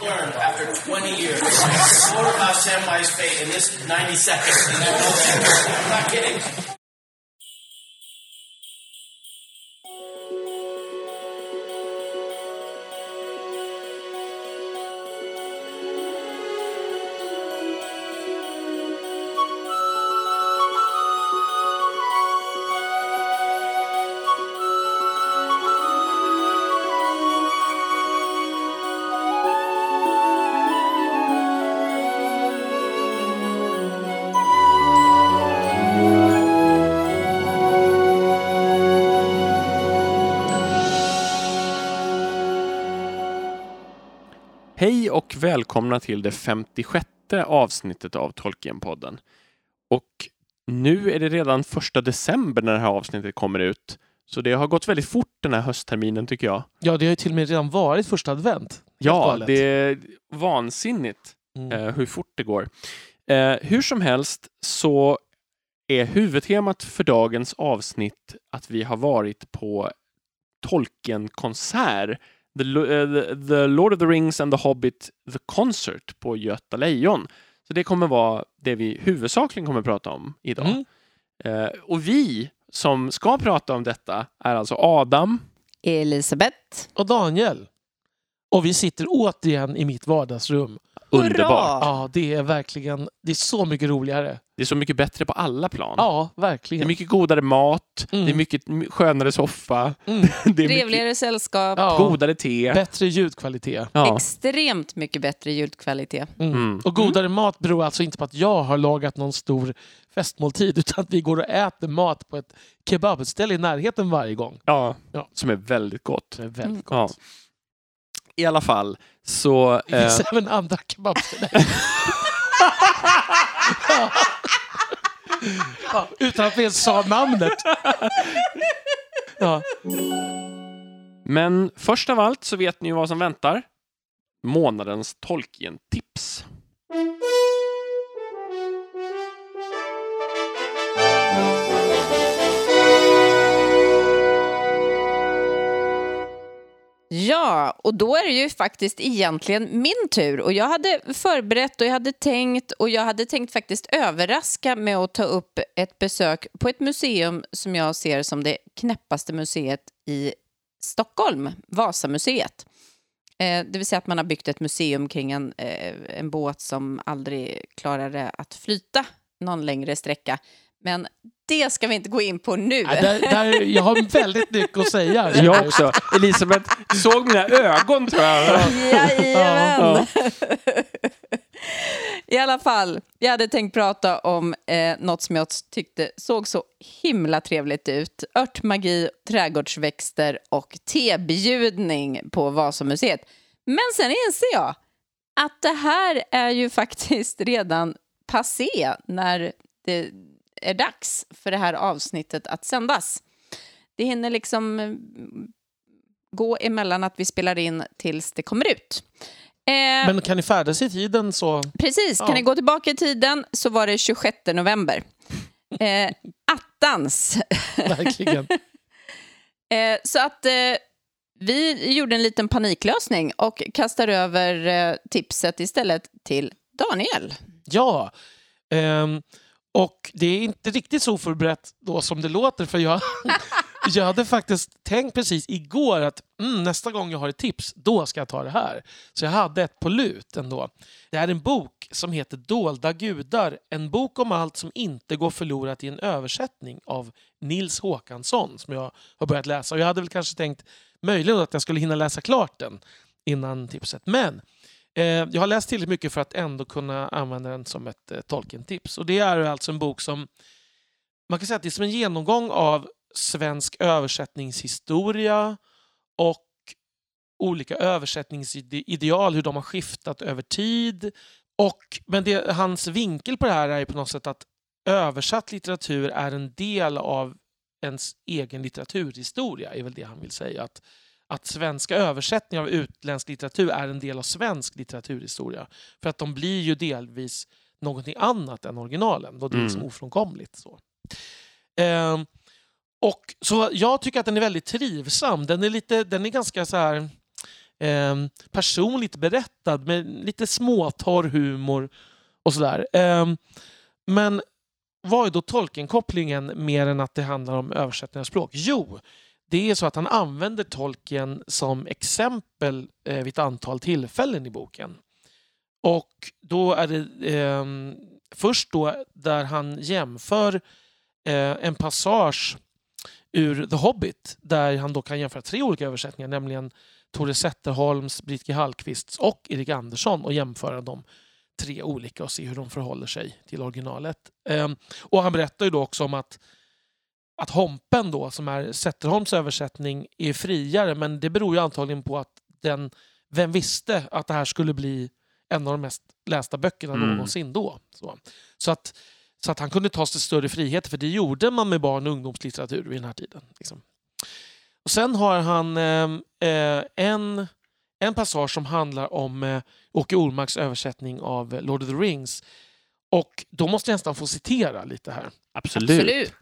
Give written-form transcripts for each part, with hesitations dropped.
learned after 20 years more about Samwise fate in this 90 seconds than I know that. I'm not kidding. Hej och välkomna till det 56:e avsnittet av Tolkien-podden. Och nu är det redan 1 december när det här avsnittet kommer ut. Så det har gått väldigt fort den här höstterminen tycker jag. Ja, det har ju till och med redan varit första advent. Ja, det är vansinnigt hur fort det går. Hur som helst så är huvudtemat för dagens avsnitt att vi har varit på Tolkien-konsert. The Lord of the Rings and the Hobbit The Concert på Göta Lejon. Så det kommer vara det vi huvudsakligen kommer prata om idag. Och vi som ska prata om detta är alltså Adam, Elisabeth och Daniel. Och vi sitter återigen i mitt vardagsrum. underbart. Ja, det är verkligen, det är så mycket roligare. Det är så mycket bättre på alla plan. Ja, Det verkligen. är mycket godare mat, det är mycket skönare soffa, det är Trevligare sällskap. Ja, godare te. bättre ljudkvalitet. Ja. Extremt mycket bättre ljudkvalitet. Och godare mat beror alltså inte på att jag har lagat någon stor festmåltid, utan att vi går och äter mat på ett kebabställe i närheten varje gång. Ja, Ja. som är väldigt gott. Det är väldigt Ja. gott. I alla fall så... Det finns även andra kebabställen. Ja, utan att vi ens sa namnet. Ja. Men först av allt så vet ni ju vad som väntar. Månadens Tolkien-tips. Ja, och då är det ju faktiskt egentligen min tur. Och jag hade förberett och jag hade tänkt faktiskt överraska med att ta upp ett besök på ett museum som jag ser som det knäppaste museet i Stockholm, Vasamuseet. Det vill säga att man har byggt ett museum kring en båt som aldrig klarade att flyta någon längre sträcka. Men det ska vi inte gå in på nu. Ja, jag har väldigt mycket att säga. Jag också. Elisabeth, du såg mina ögon tror jag. Jajamän. I alla fall, jag hade tänkt prata om något som jag tyckte såg så himla trevligt ut. Örtmagi, trädgårdsväxter och tebjudning på Vasamuseet. Men sen inser jag att det här är ju faktiskt redan passé när det är dags för det här avsnittet att sändas. Det hinner liksom gå emellan att vi spelar in tills det kommer ut. Men kan ni färdas i tiden så... Precis, kan ni gå tillbaka i tiden så var det 26 november. Attans! Verkligen. Så att vi gjorde en liten paniklösning och kastar över tipset istället till Daniel. Ja, och det är inte riktigt så förberett då som det låter, för jag hade faktiskt tänkt precis igår att nästa gång jag har ett tips, då ska jag ta det här. Så jag hade ett på lut ändå. Det är en bok som heter Dolda gudar, en bok om allt som inte går förlorat i en översättning av Nils Håkansson som jag har börjat läsa. Och jag hade väl kanske tänkt möjligen att jag skulle hinna läsa klart den innan tipset. Men jag har läst tillräckligt mycket för att ändå kunna använda den som ett Tolkien-tips. Och det är alltså en bok som man kan säga att det är som en genomgång av svensk översättningshistoria och olika översättningsideal, hur de har skiftat över tid. Men hans vinkel på det här är på något sätt att översatt litteratur är en del av ens egen litteraturhistoria, är väl det han vill säga. Att svenska översättningar av utländsk litteratur är en del av svensk litteraturhistoria. För att de blir ju delvis någonting annat än originalen. Då det är liksom ofrånkomligt. Så. Och så jag tycker att den är väldigt trivsam. Den är ganska så här personligt berättad med lite småtorr humor och sådär. Men vad är då Tolkien-kopplingen mer än att det handlar om översättning av språk? Jo, det är så att han använder Tolkien som exempel vid ett antal tillfällen i boken. Och då är det först då där han jämför en passage ur The Hobbit där han då kan jämföra 3 olika översättningar, nämligen Tore Zetterholms, Britt G. Hallqvists och Erik Andersson, och jämföra de 3 olika och se hur de förhåller sig till originalet. Och han berättar ju då också om att Hompen då, som är Zetterholms översättning, är friare, men det beror ju antagligen på att vem visste att det här skulle bli en av de mest lästa böckerna någonsin då. Så att han kunde ta sig större frihet, för det gjorde man med barn- och ungdomslitteratur vid den här tiden. Liksom. Och sen har han en passage som handlar om Åke Ormarks översättning av Lord of the Rings. Och då måste jag nästan få citera lite här. Absolut.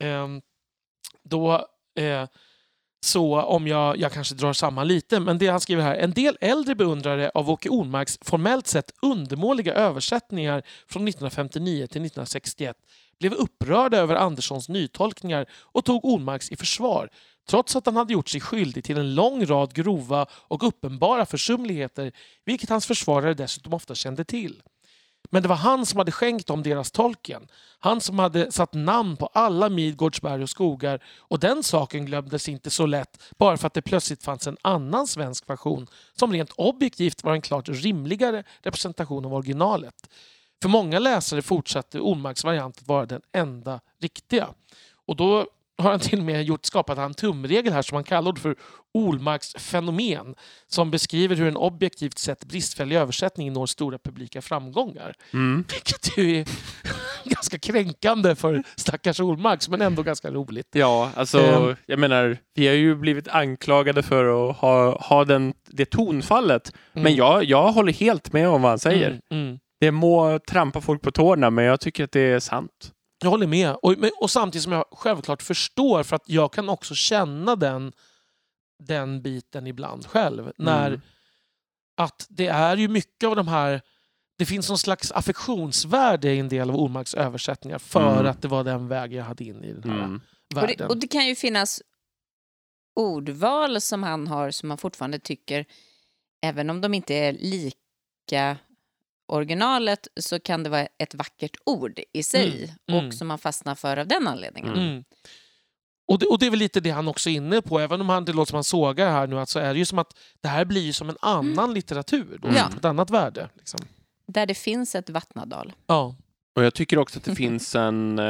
Så om jag kanske drar samman lite, men det han skriver här: en del äldre beundrare av Åke Ormarks formellt sett undermåliga översättningar från 1959 till 1961 blev upprörda över Anderssons nytolkningar och tog Ormarks i försvar, trots att han hade gjort sig skyldig till en lång rad grova och uppenbara försumligheter, vilket hans försvarare dessutom ofta kände till. Men det var han som hade skänkt dem deras Tolkien. Han som hade satt namn på alla Midgårds berg och skogar, och den saken glömdes inte så lätt bara för att det plötsligt fanns en annan svensk version som rent objektivt var en klart rimligare representation av originalet. För många läsare fortsatte Ormarks variant att vara den enda riktiga. Och då har han till och med skapat en tumregel här som han kallar för Ormarks fenomen, som beskriver hur en objektivt sett bristfällig översättning når stora publika framgångar. Vilket ju är ganska kränkande för stackars Ormarks, men ändå ganska roligt. Ja, alltså jag menar, vi har ju blivit anklagade för att ha det tonfallet, men jag håller helt med om vad han säger. Det må trampa folk på tårna, men jag tycker att det är sant. Jag håller med. Och samtidigt som jag självklart förstår, för att jag kan också känna den biten ibland själv. Att det är ju mycket av de här... Det finns någon slags affektionsvärde i en del av Ormarks översättningar för att det var den väg jag hade in i den här världen. Och det kan ju finnas ordval som han har som man fortfarande tycker, även om de inte är lika originalet, så kan det vara ett vackert ord i sig och som man fastnar för av den anledningen. Och det är väl lite det han också är inne på, även om det låter som han sågar här nu, att så är det ju som att det här blir ju som en annan litteratur då, ett annat värde. Liksom. Där det finns ett vattnadal. Ja. Och jag tycker också att det finns en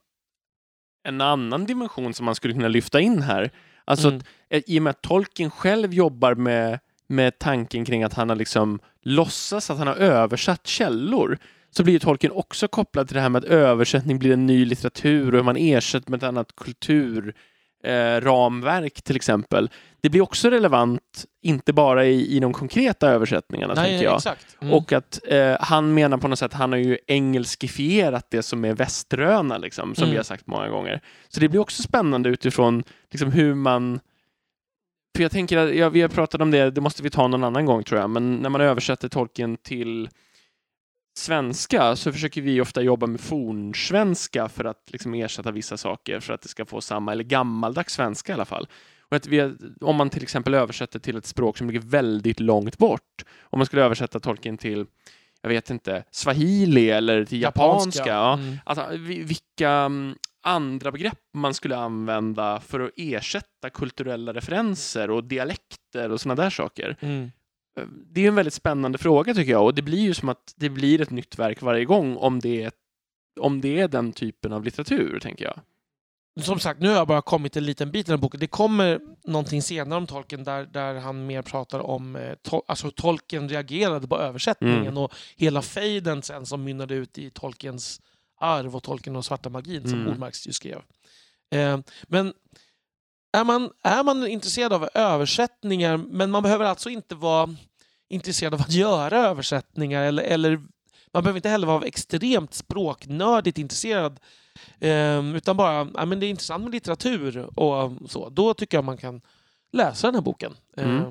annan dimension som man skulle kunna lyfta in här. Alltså att, i och med att Tolkien själv jobbar med tanken kring att han har liksom låtsas att han har översatt källor, så blir ju Tolkien också kopplad till det här med att översättning blir en ny litteratur och hur man ersätter med ett annat kulturramverk till exempel. Det blir också relevant, inte bara i de konkreta översättningarna, tänker jag. Exakt. Och att han menar på något sätt, han har ju engelskifierat det som är väströna, liksom, som vi har sagt många gånger. Så det blir också spännande utifrån liksom, hur man... För jag tänker att vi har pratat om det måste vi ta någon annan gång, tror jag. Men när man översätter Tolkien till svenska så försöker vi ofta jobba med fornsvenska för att liksom ersätta vissa saker för att det ska få samma, eller gammaldags svenska i alla fall. Och att om man till exempel översätter till ett språk som ligger väldigt långt bort, om man skulle översätta Tolkien till, jag vet inte, swahili eller till japanska. Alltså, vilka andra begrepp man skulle använda för att ersätta kulturella referenser och dialekter och såna där saker. Det är en väldigt spännande fråga, tycker jag, och det blir ju som att det blir ett nytt verk varje gång om det är den typen av litteratur, tänker jag. Som sagt, nu har jag bara kommit en liten bit i den boken. Det kommer någonting senare om Tolkien där han mer pratar om alltså Tolkien reagerade på översättningen och hela fejden sen som mynnade ut i Tolkiens arv och Tolkien och svarta magin som Ormarks ju skrev. Men är man intresserad av översättningar, men man behöver alltså inte vara intresserad av att göra översättningar eller man behöver inte heller vara extremt språknördigt intresserad, utan bara men det är intressant med litteratur och så. Då tycker jag man kan läsa den här boken.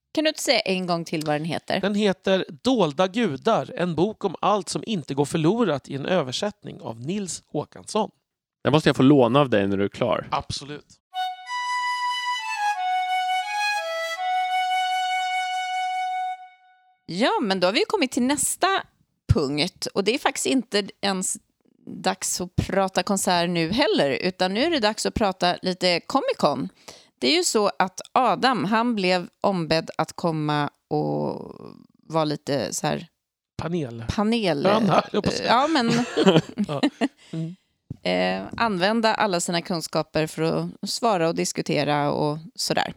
Kan du inte säga en gång till vad den heter? Den heter Dolda gudar, en bok om allt som inte går förlorat i en översättning av Nils Håkansson. Den måste jag få låna av dig när du är klar. Absolut. Ja, men då har vi kommit till nästa punkt. Och det är faktiskt inte ens dags att prata konsert nu heller, utan nu är det dags att prata lite Comic Con. Det är ju så att Adam, han blev ombedd att komma och vara lite så här panel. Ja, men använda alla sina kunskaper för att svara och diskutera och sådär.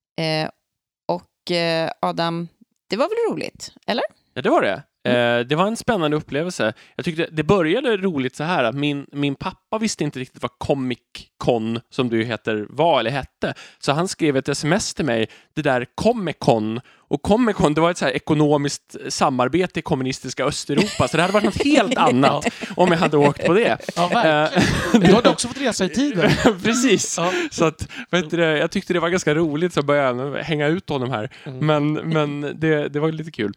Adam, det var väl roligt, eller? Ja, det var det. Det var en spännande upplevelse. Jag tyckte det började roligt så här att min pappa visste inte riktigt vad Comic Con, som du heter, var eller hette. Så han skrev ett sms till mig, det där Comic Con. Och Comic Con, det var ett så här ekonomiskt samarbete i kommunistiska Östeuropa. Så det hade varit något helt annat om jag hade åkt på det. Ja, verkligen. Du hade också fått resa i tiden. Precis. Ja. Så att, jag tyckte det var ganska roligt så började jag hänga ut honom här. Men det var lite kul.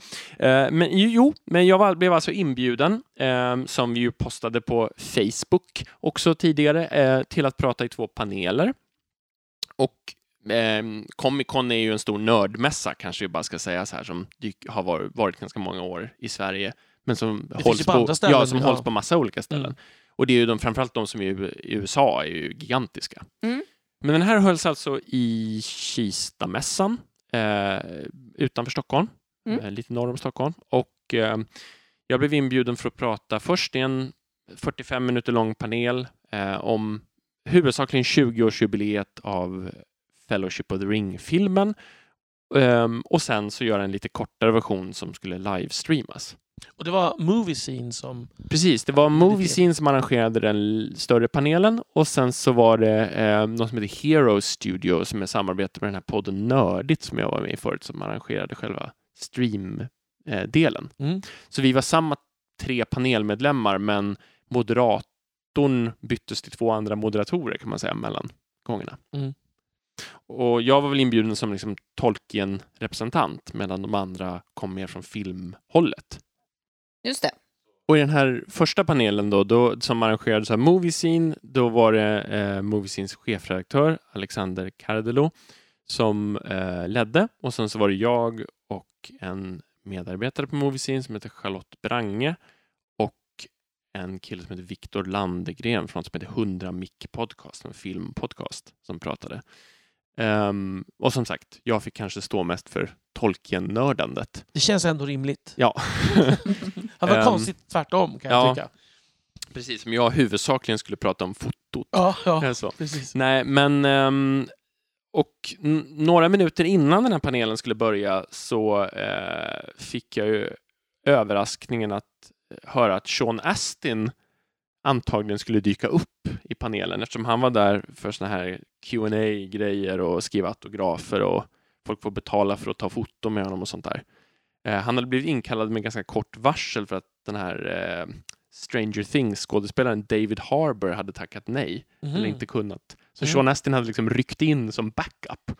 Men jag blev alltså inbjuden, som vi ju postade på Facebook också tidigare, till att prata i 2 paneler. Och Comic Con är ju en stor nördmässa, kanske vi bara ska säga så här, som har varit ganska många år i Sverige, men som hålls på massa olika ställen. Och det är ju framförallt de som är i USA är ju gigantiska. Men den här hölls alltså i Kistamässan utanför Stockholm, lite norr om Stockholm. Och jag blev inbjuden för att prata först i en 45 minuter lång panel om huvudsakligen 20-årsjubileet av Fellowship of the Ring-filmen. Och sen så göra en lite kortare version som skulle livestreamas. Och det var Movie Scene som... Precis, det var Movie Scene som arrangerade den större panelen. Och sen så var det något som heter Hero Studio som är samarbete med den här podden Nördigt som jag var med i förut, som arrangerade själva stream-delen. Så vi var samma 3 panelmedlemmar, men moderatorn byttes till 2 andra moderatorer kan man säga mellan gångerna. Och jag var väl inbjuden som liksom Tolkien-representant, medan de andra kom mer från filmhållet. Just det. Och i den här första panelen då som arrangerades av Movie Scene, då var det Movie Scenes chefredaktör Alexander Cardelo som ledde. Och sen så var det jag och en medarbetare på Movie Scene som heter Charlotte Brange och en kille som heter Viktor Landegren från som heter 100 Mic Podcast, en filmpodcast som pratade. Och som sagt, jag fick kanske stå mest för Tolkien-nördandet. Det känns ändå rimligt. Ja. Det var konstigt tvärtom, kan jag tycka. Precis, som jag huvudsakligen skulle prata om fotot. Ja, så. Precis. Nej, men och några minuter innan den här panelen skulle börja så fick jag ju överraskningen att höra att Sean Astin antagligen skulle dyka upp i panelen, eftersom han var där för såna här Q&A-grejer och skriva autografer och folk får betala för att ta foto med honom och sånt där. Han hade blivit inkallad med ganska kort varsel för att den här Stranger Things-skådespelaren David Harbour hade tackat nej eller inte kunnat. Så Sean Astin hade liksom ryckt in som backup.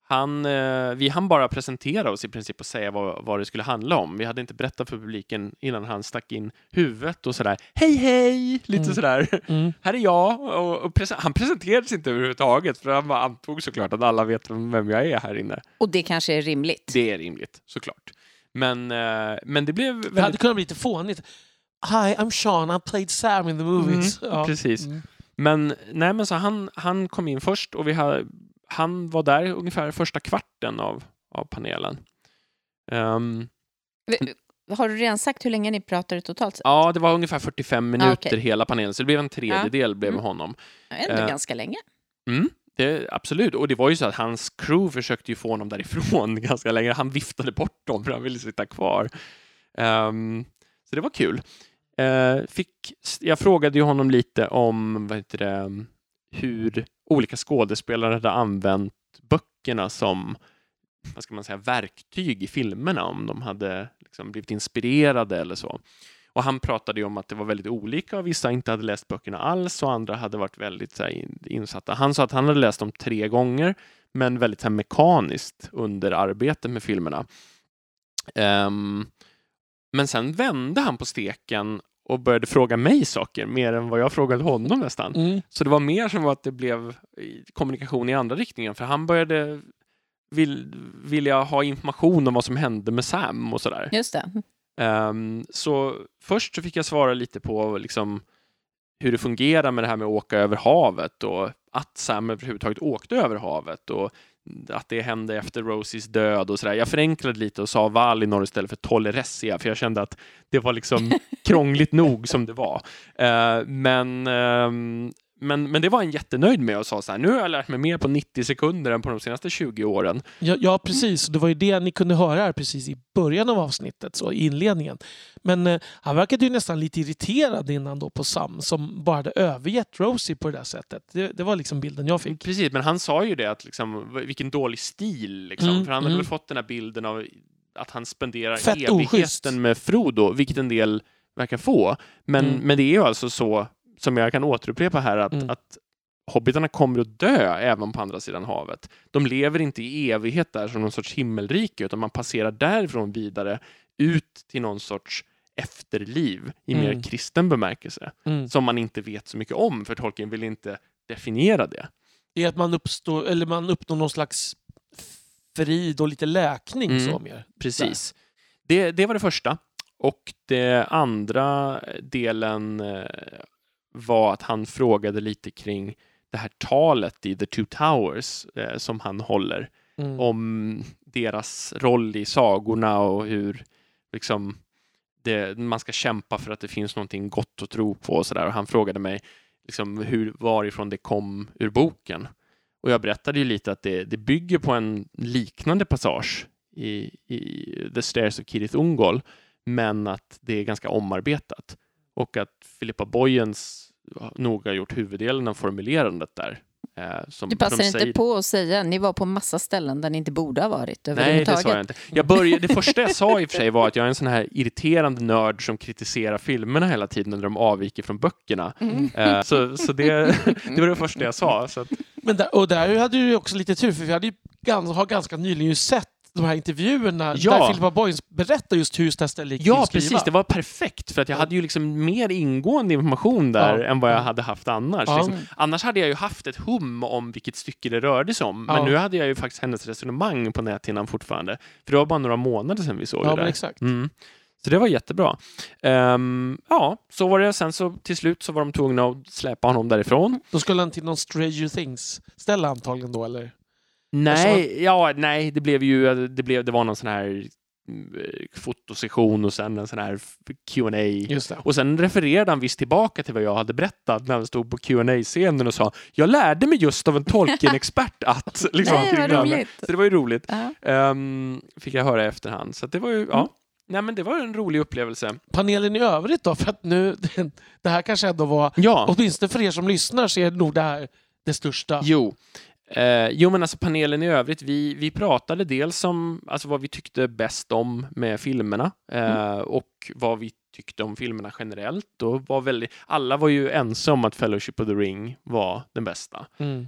Vi hann bara presentera oss i princip och säga vad det skulle handla om. Vi hade inte berättat för publiken innan han stack in huvudet och sådär. Hej! Lite sådär. Här är jag. Och han presenterades inte överhuvudtaget, för han antog såklart att alla vet vem jag är här inne. Och det kanske är rimligt. Det är rimligt, såklart. Men det blev väldigt... Det hade kunnat bli lite fånigt. Hi, I'm Sean. I played Sam in the movies. Precis. Men så han kom in först och han var där ungefär första kvarten av panelen. Har du redan sagt hur länge ni pratade totalt sett? Ja, det var ungefär 45 minuter hela panelen. Så det blev en tredjedel med honom. Ändå ganska länge. Absolut. Och det var ju så att hans crew försökte ju få honom därifrån ganska länge. Han viftade bort dem för han ville sitta kvar. Så det var kul. Jag frågade ju honom lite om hur olika skådespelare hade använt böckerna som verktyg i filmerna, om de hade liksom blivit inspirerade eller så. Och han pratade ju om att det var väldigt olika och vissa inte hade läst böckerna alls och andra hade varit väldigt insatta. Han sa att han hade läst dem 3 gånger, men väldigt så här, mekaniskt under arbetet med filmerna. Men sen vände han på steken och började fråga mig saker mer än vad jag frågade honom nästan. Så det var mer som att det blev kommunikation i andra riktningen, för han började vilja ha information om vad som hände med Sam och sådär. Just det. Så först så fick jag svara lite på liksom hur det fungerar med det här med att åka över havet och att Sam överhuvudtaget åkte över havet och att det hände efter Rosies död och sådär. Jag förenklade lite och sa Valinor istället för Tolleressia, för jag kände att det var liksom krångligt nog som det var. Men det var en jättenöjd med och sa så här: nu har jag lärt mig mer på 90 sekunder än på de senaste 20 åren. Ja, precis. Det var ju det ni kunde höra här precis i början av avsnittet, så i inledningen. Men han verkade ju nästan lite irriterad innan då på Sam, som bara hade övergett Rosie på det där sättet. Det var liksom bilden jag fick. Precis, men han sa ju det att liksom, vilken dålig stil liksom. För han hade väl fått den här bilden av att han spenderar Fett evigheten oschysst med Frodo, vilket en del verkar få. Men det är ju alltså så, som jag kan återupprepa här, att hobbitarna kommer att dö även på andra sidan havet. De lever inte i evighet där som någon sorts himmelrike, utan man passerar därifrån vidare ut till någon sorts efterliv i mer kristen bemärkelse, som man inte vet så mycket om, för Tolkien vill inte definiera det. Det är att man uppnår någon slags frid och lite läkning så mer. Precis. Det var det första. Och det andra delen var att han frågade lite kring det här talet i The Two Towers som han håller om deras roll i sagorna och hur liksom man ska kämpa för att det finns någonting gott att tro på och sådär. Och han frågade mig liksom varifrån det kom ur boken. Och jag berättade ju lite att det bygger på en liknande passage i The Stairs of Cirith Ungol, men att det är ganska omarbetat. Och att Philippa Boyens nog har gjort huvuddelen av formulerandet där. Du passar inte på att säga ni var på massa ställen där ni inte borde ha varit överhuvudtaget. Nej, det sa jag inte. Det första jag sa i och för sig var att jag är en sån här irriterande nörd som kritiserar filmerna hela tiden när de avviker från böckerna. Så det var det första jag sa. Så att... Men där hade du också lite tur, för vi hade ju ganska nyligen sett de här intervjuerna där Philippa Boyens berättar just hur det stället gick till att skriva. Precis. Det var perfekt, för att jag hade ju liksom mer ingående information där än vad jag hade haft annars. Liksom. Annars hade jag ju haft ett hum om vilket stycke det rörde sig om. Men nu hade jag ju faktiskt hennes resonemang på näthinnan fortfarande. För det var bara några månader sedan vi såg det där. Exakt. Så det var jättebra. Så var det. Sen så till slut så var de tvungna att släppa honom därifrån. Då skulle han till någon Stranger Things-ställe antagligen då, eller? Nej, det var någon sån här fotosession och sen en sån här Q&A. Just det. Och sen refererade han visst tillbaka till vad jag hade berättat när han stod på Q&A-scenen och sa: jag lärde mig just av en Tolkien-expert att liksom, så det var ju roligt. Fick jag höra i efterhand. Så det var ju, nej, men det var en rolig upplevelse. Panelen i övrigt då, för att nu det här kanske ändå var, åtminstone för er som lyssnar, så är nog det här det största. Men alltså panelen i övrigt, vi pratade dels om alltså vad vi tyckte bäst om med filmerna och vad vi tyckte om filmerna generellt. Och alla var ju ense om att Fellowship of the Ring var den bästa.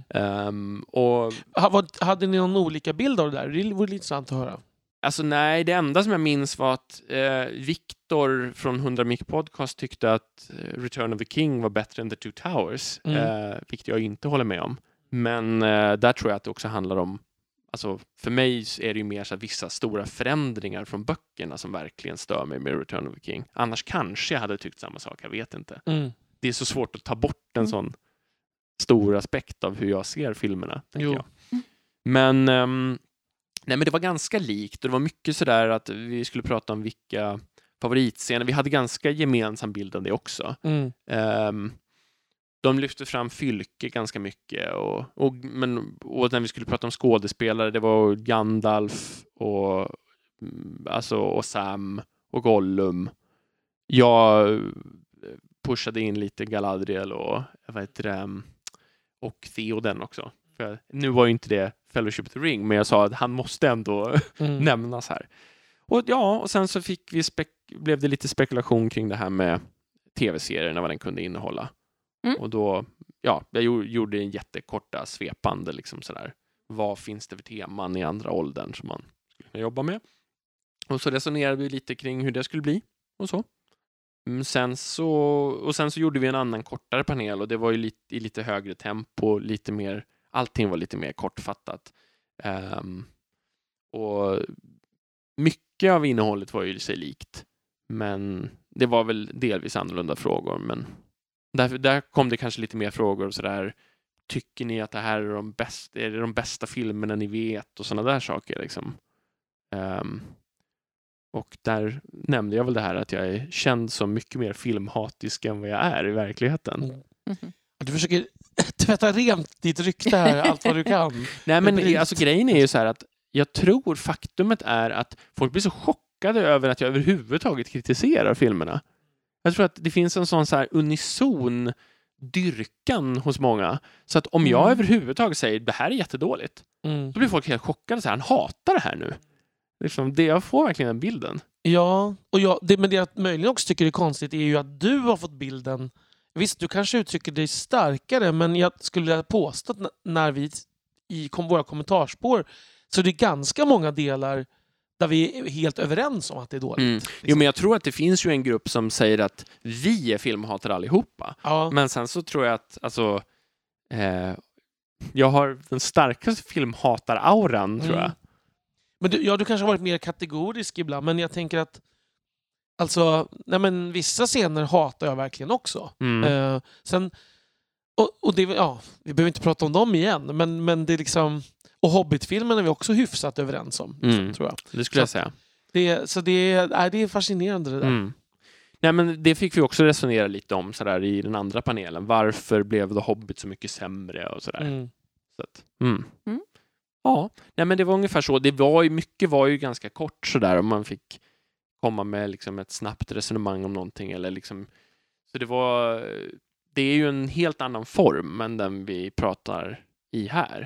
Och hade ni någon olika bild av det där? Det vore intressant att höra. Alltså nej, det enda som jag minns var att Viktor från 100 Mic Podcast tyckte att Return of the King var bättre än The Two Towers, vilket jag inte håller med om. Men där tror jag att det också handlar om, alltså för mig är det ju mer så att vissa stora förändringar från böckerna som verkligen stör mig med Return of the King. Annars kanske jag hade tyckt samma sak, jag vet inte. Det är så svårt att ta bort en sån stor aspekt av hur jag ser filmerna, tänker jag. Men nej, men det var ganska likt och det var mycket sådär att vi skulle prata om vilka favoritscener. Vi hade ganska gemensam bild av det också. De lyfte fram Fylke ganska mycket och när vi skulle prata om skådespelare, det var Gandalf och Sam och Gollum. Jag pushade in lite Galadriel och Theoden också. För nu var ju inte det Fellowship of the Ring, men jag sa att han måste ändå nämnas här. Och sen så blev det lite spekulation kring det här med tv-serierna, vad den kunde innehålla. Och då, jag gjorde en jättekorta svepande liksom sådär. vad finns det för teman i andra åldern som man skulle kunna jobba med. Och så resonerade vi lite kring hur det skulle bli och så. Sen så gjorde vi en annan kortare panel och det var ju i lite högre tempo, lite mer, allting var lite mer kortfattat. Och mycket av innehållet var ju sig likt, men det var väl delvis annorlunda frågor, men där kom det kanske lite mer frågor och sådär. Tycker ni att det här är de bästa filmerna ni vet och sådana där saker liksom. Och där nämnde jag väl det här att jag är känd som mycket mer filmhatisk än vad jag är i verkligheten. Du försöker tvätta rent ditt rykte här, allt vad du kan. Nej, men alltså grejen är ju så här att jag tror faktumet är att folk blir så chockade över att jag överhuvudtaget kritiserar filmerna. Jag tror att det finns en sån så här unison dyrkan hos många. Så att om jag överhuvudtaget säger det här är jättedåligt, då blir folk helt chockade. Så här, han hatar det här nu. Liksom, jag får verkligen den bilden. Ja, och men det jag möjligen också tycker är konstigt är ju att du har fått bilden. Visst, du kanske uttrycker dig starkare, men jag skulle påstå att när vi kom våra kommentarspår så är det ganska många delar där vi är helt överens om att det är dåligt. Liksom. Jo, men jag tror att det finns ju en grupp som säger att vi är filmhatare allihopa. Ja. Men sen så tror jag att jag har den starkaste filmhatar-auran, tror jag. Men du kanske har varit mer kategorisk ibland, men jag tänker att vissa scener hatar jag verkligen också. Sen och det, vi behöver inte prata om dem igen, men det är liksom, och Hobbit-filmen är vi också hyfsat överens om, tror jag. Det skulle jag säga. Det är fascinerande det där. Nej, men det fick vi också resonera lite om så där, i den andra panelen. Varför blev The Hobbit så mycket sämre och sådär. Så att, ja, nej, men det var ungefär så. Mycket var ju ganska kort sådär, om man fick komma med liksom ett snabbt resonemang om någonting eller liksom, så det är ju en helt annan form än den vi pratar i här.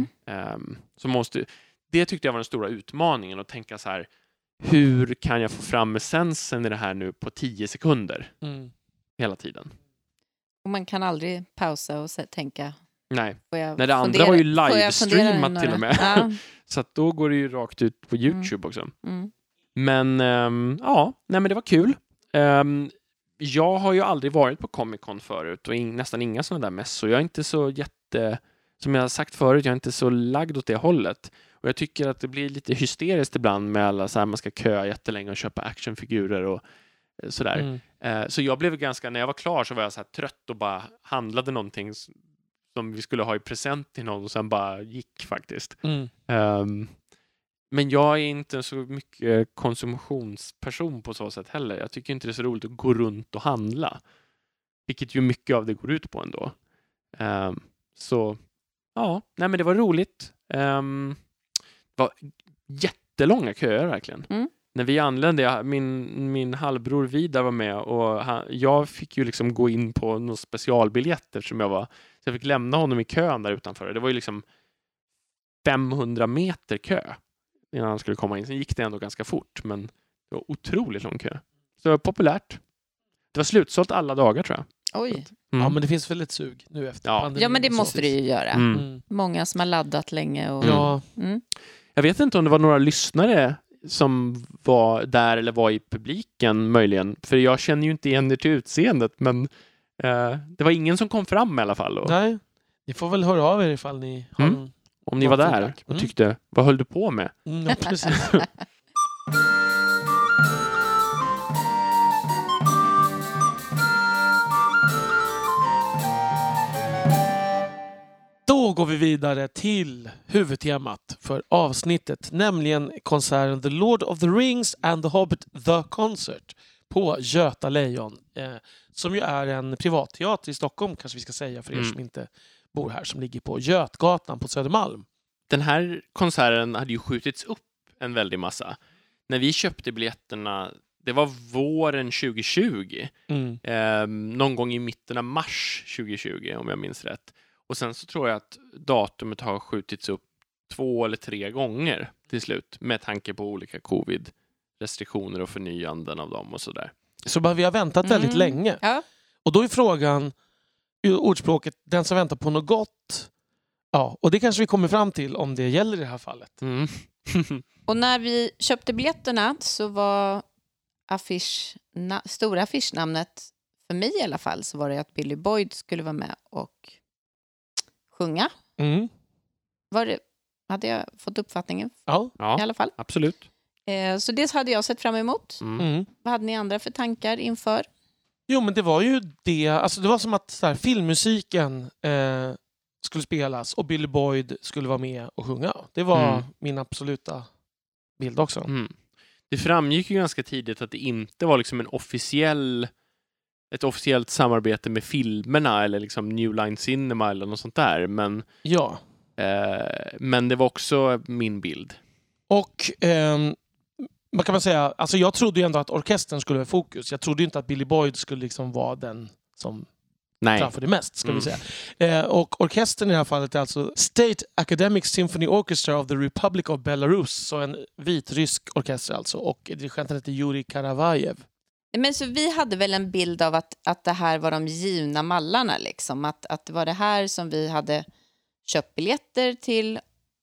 Det tyckte jag var den stora utmaningen, att tänka så här, hur kan jag få fram essensen i det här nu på 10 sekunder hela tiden. Och man kan aldrig pausa och tänka. Nej, det andra var ju livestreamat till och med. Ja. Så att då går det ju rakt ut på YouTube också. Men men det var kul. Jag har ju aldrig varit på Comic Con förut och nästan inga sådana där mässor. Jag är inte så som jag har sagt förut, jag är inte så lagd åt det hållet. Och jag tycker att det blir lite hysteriskt ibland med alla så här, man ska köa jättelänge och köpa actionfigurer och sådär. Så jag blev ganska, när jag var klar så var jag så här trött och bara handlade någonting som vi skulle ha i present till någon och sen bara gick faktiskt. Men jag är inte så mycket konsumtionsperson på så sätt heller. Jag tycker inte det är så roligt att gå runt och handla. Vilket ju mycket av det går ut på ändå. Så ja, nej, men det var roligt. Det var jättelånga köer verkligen. När vi anlände, min halvbror Vidar var med och jag fick ju liksom gå in på någon specialbiljett eftersom så jag fick lämna honom i kön där utanför. Det var ju liksom 500 meter kö innan han skulle komma in. Sen gick det ändå ganska fort, men det var otroligt lång kö. Så det var populärt. Det var slutsålt alla dagar, tror jag. Oj. Ja, men det finns väl ett sug nu efter pandemin. Ja, men det måste det ju göra. Många som har laddat länge. Och... Jag vet inte om det var några lyssnare som var där eller var i publiken möjligen. För jag känner ju inte igen er till utseendet, men det var ingen som kom fram i alla fall. Nej, ni får väl höra av er ifall ni har om ni var där och tyckte, vad höll du på med? Ja, precis. Då går vi vidare till huvudtemat för avsnittet, nämligen konserten The Lord of the Rings and the Hobbit The Concert på Göta Lejon, som ju är en privatteater i Stockholm, kanske vi ska säga för er som inte bor här, som ligger på Götgatan på Södermalm. Den här konserten hade ju skjutits upp en väldig massa. När vi köpte biljetterna, det var våren 2020. Någon gång i mitten av mars 2020, om jag minns rätt. Och sen så tror jag att datumet har skjutits upp 2 eller 3 gånger till slut, med tanke på olika covid-restriktioner och förnyanden av dem och sådär. Så vi har väntat väldigt länge. Ja. Och då är frågan, ordspråket, den som väntar på något gott Ja, och det kanske vi kommer fram till om det gäller i det här fallet. Mm. Och när vi köpte biljetterna så var stora affischnamnet, för mig i alla fall, så var det att Billy Boyd skulle vara med och sjunga. Mm. Hade jag fått uppfattningen Ja. i alla fall. Absolut. Så det hade jag sett fram emot. Mm. Vad hade ni andra för tankar inför? Jo, men det var ju det. Alltså det var som att så här, filmmusiken skulle spelas och Billy Boyd skulle vara med och sjunga. Det var min absoluta bild också. Mm. Det framgick ju ganska tidigt att det inte var liksom ett officiellt samarbete med filmerna eller liksom New Line Cinema eller något sånt där. Men det var också min bild. Och man kan säga, alltså jag trodde ju ändå att orkestern skulle vara fokus. Jag trodde inte att Billy Boyd skulle liksom vara den som framförde mest, ska vi säga. Och orkestern i det här fallet är alltså State Academic Symphony Orchestra of the Republic of Belarus, så en vitrysk orkester alltså, och dirigenten heter Yuri Karavajev. Men så vi hade väl en bild av att det här var de givna mallarna liksom, att det var det här som vi hade köpt biljetter till,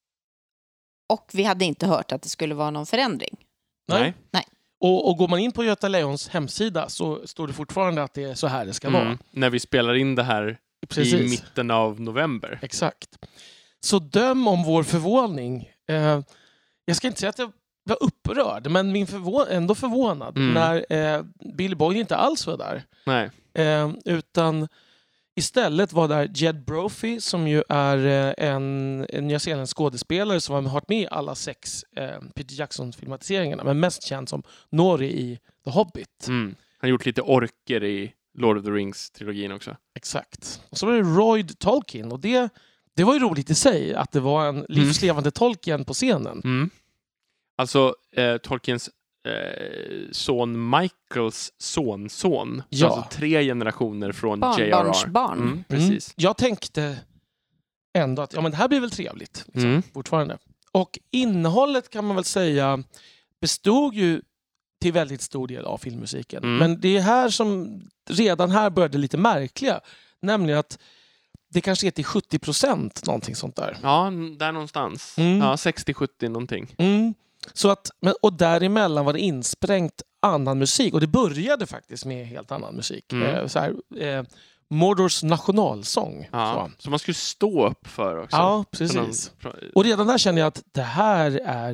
och vi hade inte hört att det skulle vara någon förändring. Nej. Nej. Och går man in på Göta Lejons hemsida så står det fortfarande att det är så här det ska vara. När vi spelar in det här i mitten av november. Exakt. Så döm om vår förvåning. Jag ska inte säga att jag var upprörd, men ändå förvånad när Billy Boyd inte alls var där. Nej. Utan istället var där Jed Brophy, som ju är en nyzeeländsk skådespelare som har varit med i alla 6 Peter Jackson-filmatiseringarna, men mest känd som Nori i The Hobbit. Han har gjort lite orker i Lord of the Rings-trilogin också. Exakt. Och så var det Royd Tolkien, och det var ju roligt i sig att det var en livslevande Tolkien på scenen. Alltså Tolkiens son Michaels sonson. Ja. Alltså 3 generationer från Barnbarnsbarn. Precis. Jag tänkte ändå att men det här blir väl trevligt liksom, fortfarande. Och innehållet kan man väl säga bestod ju till väldigt stor del av filmmusiken. Men det är här som redan här började lite märkliga. Nämligen att det kanske är till 70% någonting sånt där. Ja, där någonstans. Ja, 60-70 någonting. Så att, och däremellan var det insprängt annan musik. Och det började faktiskt med helt annan musik. Mordors nationalsång. Ja, så man skulle stå upp för också. Ja, precis. Och redan där känner jag att det här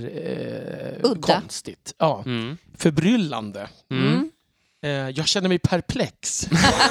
är konstigt. Ja. Förbryllande. Jag känner mig perplex.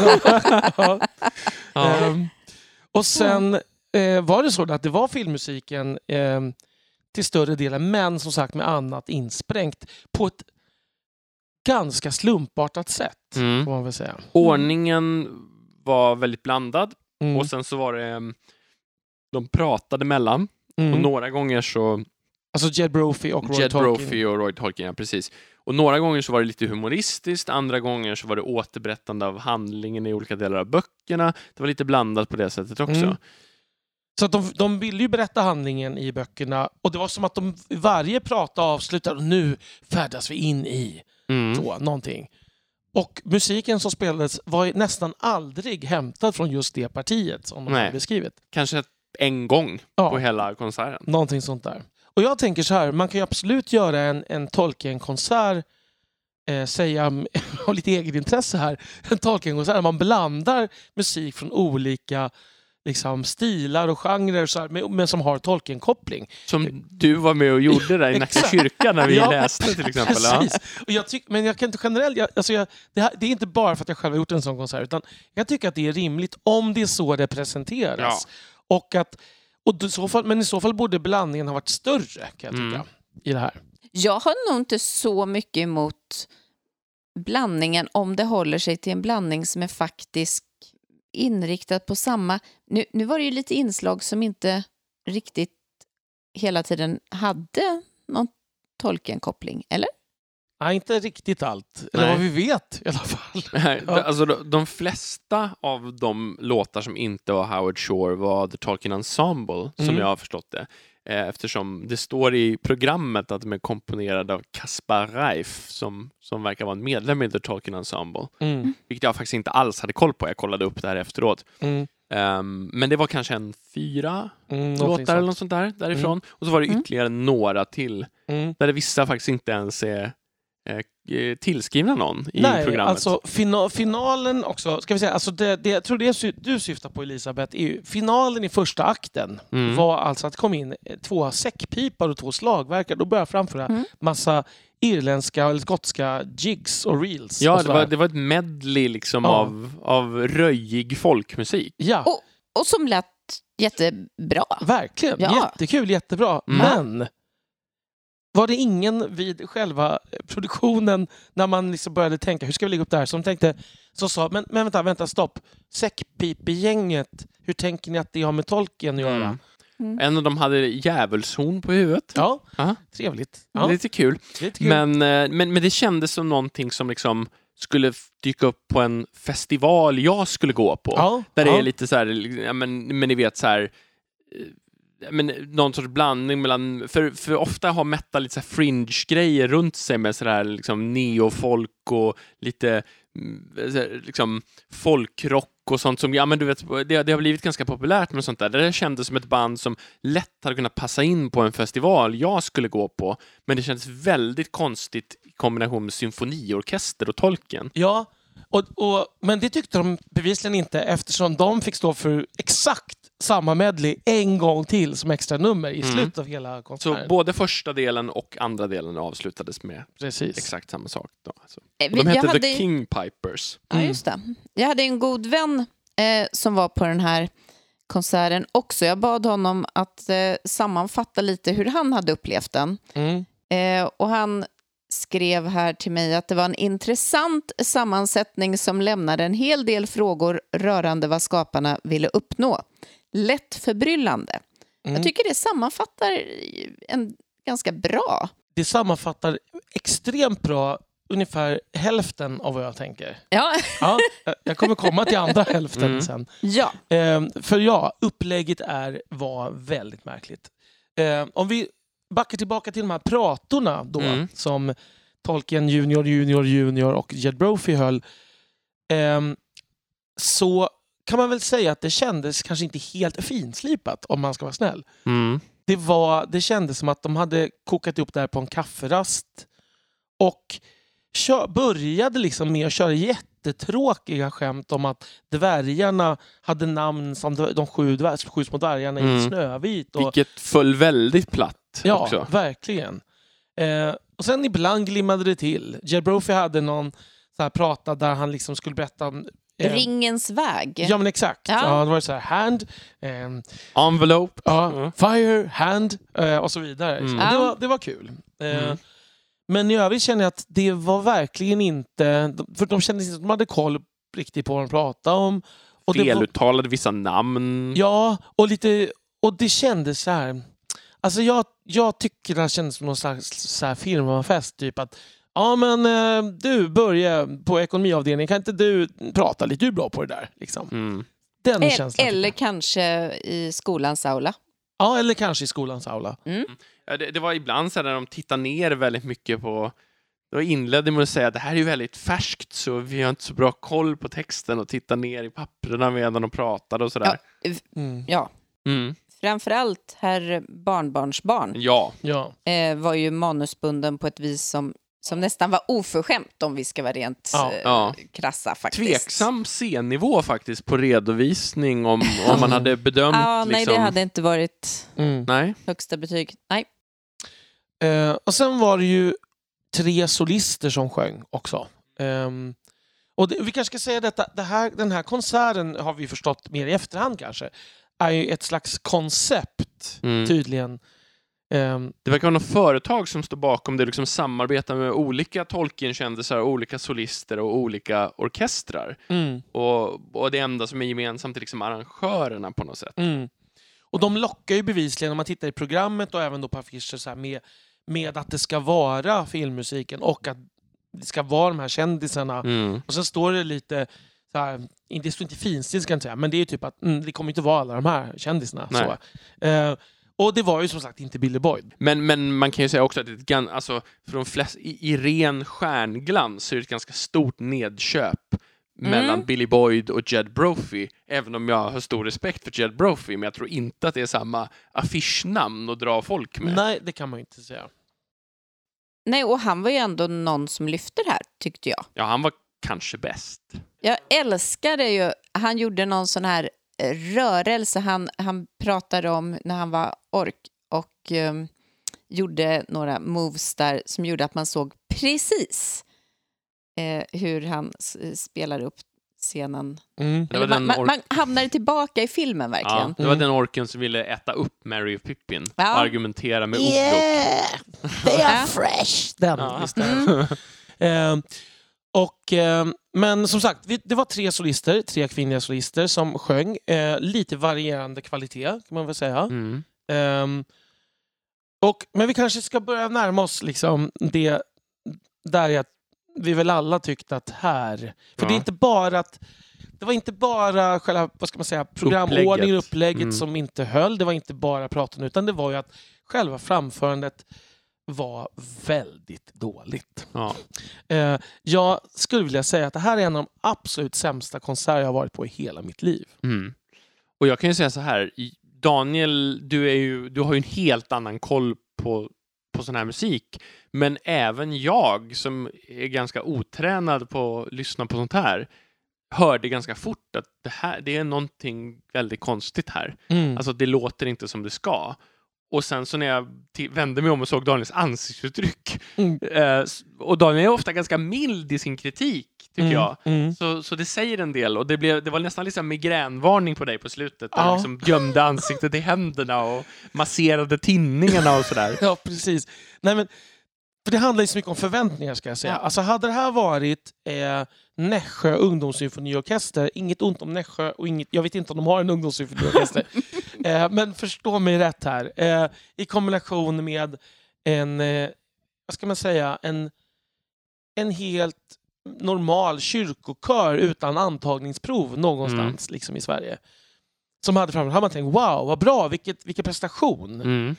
Och sen var det så att det var filmmusiken till större delen, men som sagt med annat insprängt på ett ganska slumpartat sätt, får man väl säga. Ordningen var väldigt blandad och sen så var det de pratade mellan och några gånger så alltså Jed Brophy och Roy Tolkien, ja, precis. Och några gånger så var det lite humoristiskt, andra gånger så var det återberättande av handlingen i olika delar av böckerna. Det var lite blandat på det sättet också. Så att de ville ju berätta handlingen i böckerna, och det var som att de varje prata avslutade och nu färdas vi in i någonting. Och musiken som spelades var nästan aldrig hämtad från just det partiet som de hade beskrivit. Kanske en gång på hela konserten. Någonting sånt där. Och jag tänker så här, man kan ju absolut göra en Tolkien-konsert, har lite egenintresse här, en Tolkien-konsert där man blandar musik från olika liksom stilar och genrer så här, men som har Tolkien-koppling. Som du var med och gjorde där i Nacka kyrka när vi läste till exempel. Precis. Och men jag kan inte generellt... det är inte bara för att jag själv har gjort en sån konsert, utan jag tycker att det är rimligt om det är så det presenteras. Ja. Men i så fall borde blandningen ha varit större, kan jag tycka, i det här. Jag har nog inte så mycket emot blandningen om det håller sig till en blandning som är faktiskt inriktat på samma... Nu var det ju lite inslag som inte riktigt hela tiden hade någon Tolkien-koppling, eller? Nej, inte riktigt allt. Eller vad vi vet i alla fall. Alltså, de flesta av de låtar som inte var Howard Shore var The Tolkien Ensemble, som jag har förstått det. Eftersom det står i programmet att de är komponerade av Kaspar Reif som verkar vara en medlem i The Tolkien Ensemble. Vilket jag faktiskt inte alls hade koll på. Jag kollade upp det här efteråt. Men det var kanske 4 låtar eller något sånt där därifrån. Och så var det ytterligare några till. Där det vissa faktiskt inte ens är tillskrivna någon i programmet. Alltså finalen också, ska vi säga, alltså jag tror det du syftar på, Elisabeth, är ju finalen i första akten var alltså att det kom in 2 säckpipar och 2 slagverkare. Då började framföra massa irländska eller skotska jigs och reels. Ja, det var ett medley liksom av röjig folkmusik. Ja. Och som lät jättebra. Verkligen, jättekul, jättebra. Men var det ingen vid själva produktionen när man liksom började tänka, hur ska vi lägga upp det här? Som sa, men vänta, stopp. Säckpipegänget, hur tänker ni att det har med tolken att göra? En av dem hade djävulshorn på huvudet. Ja, trevligt. Ja. Lite kul. Men det kändes som någonting som liksom skulle dyka upp på en festival jag skulle gå på. Där det är lite så här, men ni vet så här, men någon sorts blandning mellan, för ofta har metal lite så här fringe-grejer runt sig med sådär liksom neofolk och lite liksom folkrock och sånt som, ja men du vet, det har blivit ganska populärt med sånt där. Det kändes som ett band som lätt hade kunnat passa in på en festival jag skulle gå på, men det kändes väldigt konstigt i kombination med symfoniorkester och tolken. Ja, men det tyckte de bevisligen inte, eftersom de fick stå för exakt samma medley en gång till som extra nummer i slutet av hela konserten. Så både första delen och andra delen avslutades med exakt samma sak. Då. Alltså. De hette The King Pipers. Ja, just det. Jag hade en god vän som var på den här konserten också. Jag bad honom att sammanfatta lite hur han hade upplevt den. Och han skrev här till mig att det var en intressant sammansättning som lämnade en hel del frågor rörande vad skaparna ville uppnå. Lätt förbryllande. Jag tycker det sammanfattar en ganska bra. Det sammanfattar extremt bra ungefär hälften av vad jag tänker. Ja, jag kommer komma till andra hälften sen. Ja. För upplägget var väldigt märkligt. Om vi backar tillbaka till de här pratorna då, som Tolkien Junior och Jed Brophy höll, så kan man väl säga att det kändes kanske inte helt finslipat, om man ska vara snäll. Det kändes som att de hade kokat upp det här på en kafferast och började liksom med att köra jättetråkiga skämt om att dvärgarna hade namn som de 7 små dvärgarna i Snövit. Vilket föll väldigt platt också. Ja, verkligen. Och sen ibland glimmade det till. Jed Brophy hade någon så här prata där han liksom skulle berätta om Ringens väg. Ja, men exakt. Ja. Det var så här hand, envelope, fire, hand och så vidare. Det var kul. Men i övrigt känner jag att det var verkligen inte, för de kände inte att de hade koll riktigt på vad de pratade om. Och feluttalade vissa namn. Ja, och det kändes så här. Alltså jag tycker det kändes som någon slags så här firmafest, typ att du börjar på ekonomiavdelningen, kan inte du prata lite, du är bra på det där liksom. Den känslan. Eller kanske i skolans aula. Ja, eller kanske i skolans aula. Ja, det var ibland så när de tittar ner väldigt mycket på. Då inledde med att säga att det här är väldigt färskt, så vi har inte så bra koll på texten, och titta ner i papperna medan de pratade och sådär. Ja. Framförallt herr barnbarnsbarn var ju manusbunden på ett vis som nästan var oförskämt, om vi ska vara rent krassa faktiskt. Tveksam scennivå faktiskt på redovisning om man hade bedömt. Nej, det hade inte varit högsta betyg. Nej. Och sen var det ju 3 solister som sjöng också. Och vi kanske ska säga detta, den här konserten har vi förstått mer i efterhand kanske, är ju ett slags koncept tydligen. Det verkar vara något företag som står bakom det, liksom samarbetar med olika Tolkien-kändisar, olika solister och olika orkestrar. Och det enda som är gemensamt är liksom arrangörerna på något sätt. Och de lockar ju bevisligen, om man tittar i programmet och även då på affischer så här, med att det ska vara filmmusiken och att det ska vara de här kändisarna. Och sen står det lite så här, det står inte finstilt, ska jag inte säga, men det är typ att det kommer inte vara alla de här kändisarna. Så. Och det var ju som sagt inte Billy Boyd. Men man kan ju säga också att för de flesta, i ren stjärnglans så är det ett ganska stort nedköp mellan Billy Boyd och Jed Brophy, även om jag har stor respekt för Jed Brophy, men jag tror inte att det är samma affischnamn att dra folk med. Nej, det kan man ju inte säga. Nej, och han var ju ändå någon som lyfte det här, tyckte jag. Ja, han var kanske bäst. Jag älskade ju, han gjorde någon sån här rörelse, han pratade om när han var ork och gjorde några moves där som gjorde att man såg precis hur han spelar upp scenen. Det var Man hamnade tillbaka i filmen verkligen. Ja, det var den orken som ville äta upp Merry och Pippin och argumentera med Odok. Yeah! They are fresh! Den, just det. Men som sagt, det var 3 kvinnliga solister som sjöng. Lite varierande kvalitet, kan man väl säga. Men vi kanske ska börja närma oss liksom det där vi väl alla tyckte att här... För det är inte bara att... Det var inte bara själva, vad ska man säga, programordningen, upplägget som inte höll. Det var inte bara praten, utan det var ju att själva framförandet var väldigt dåligt. Ja. Jag skulle vilja säga att det här är en av de absolut sämsta konserter jag har varit på i hela mitt liv. Och jag kan ju säga så här, Daniel, du har ju en helt annan koll på sån här musik, men även jag som är ganska otränad på att lyssna på sånt här hörde ganska fort att det är någonting väldigt konstigt här. Alltså det låter inte som det ska. Och sen så när jag vände mig om och såg Daniels ansiktsuttryck och Daniel är ofta ganska mild i sin kritik, tycker jag. Så det säger en del. Och det var nästan liksom migränvarning på dig på slutet. Där du liksom gömde ansiktet i händerna och masserade tinningarna och sådär. Ja, precis. Nej, men, för det handlar ju så mycket om förväntningar, ska jag säga. Alltså hade det här varit Nässjö ungdomssymfoniorkester, inget ont om Nässjö och jag vet inte om de har en ungdomssymfoniorkester. Men förstå mig rätt här. I kombination med vad ska man säga, en helt normal kyrkokör utan antagningsprov någonstans liksom i Sverige. Som hade man tänkt, wow, vad bra, vilken prestation.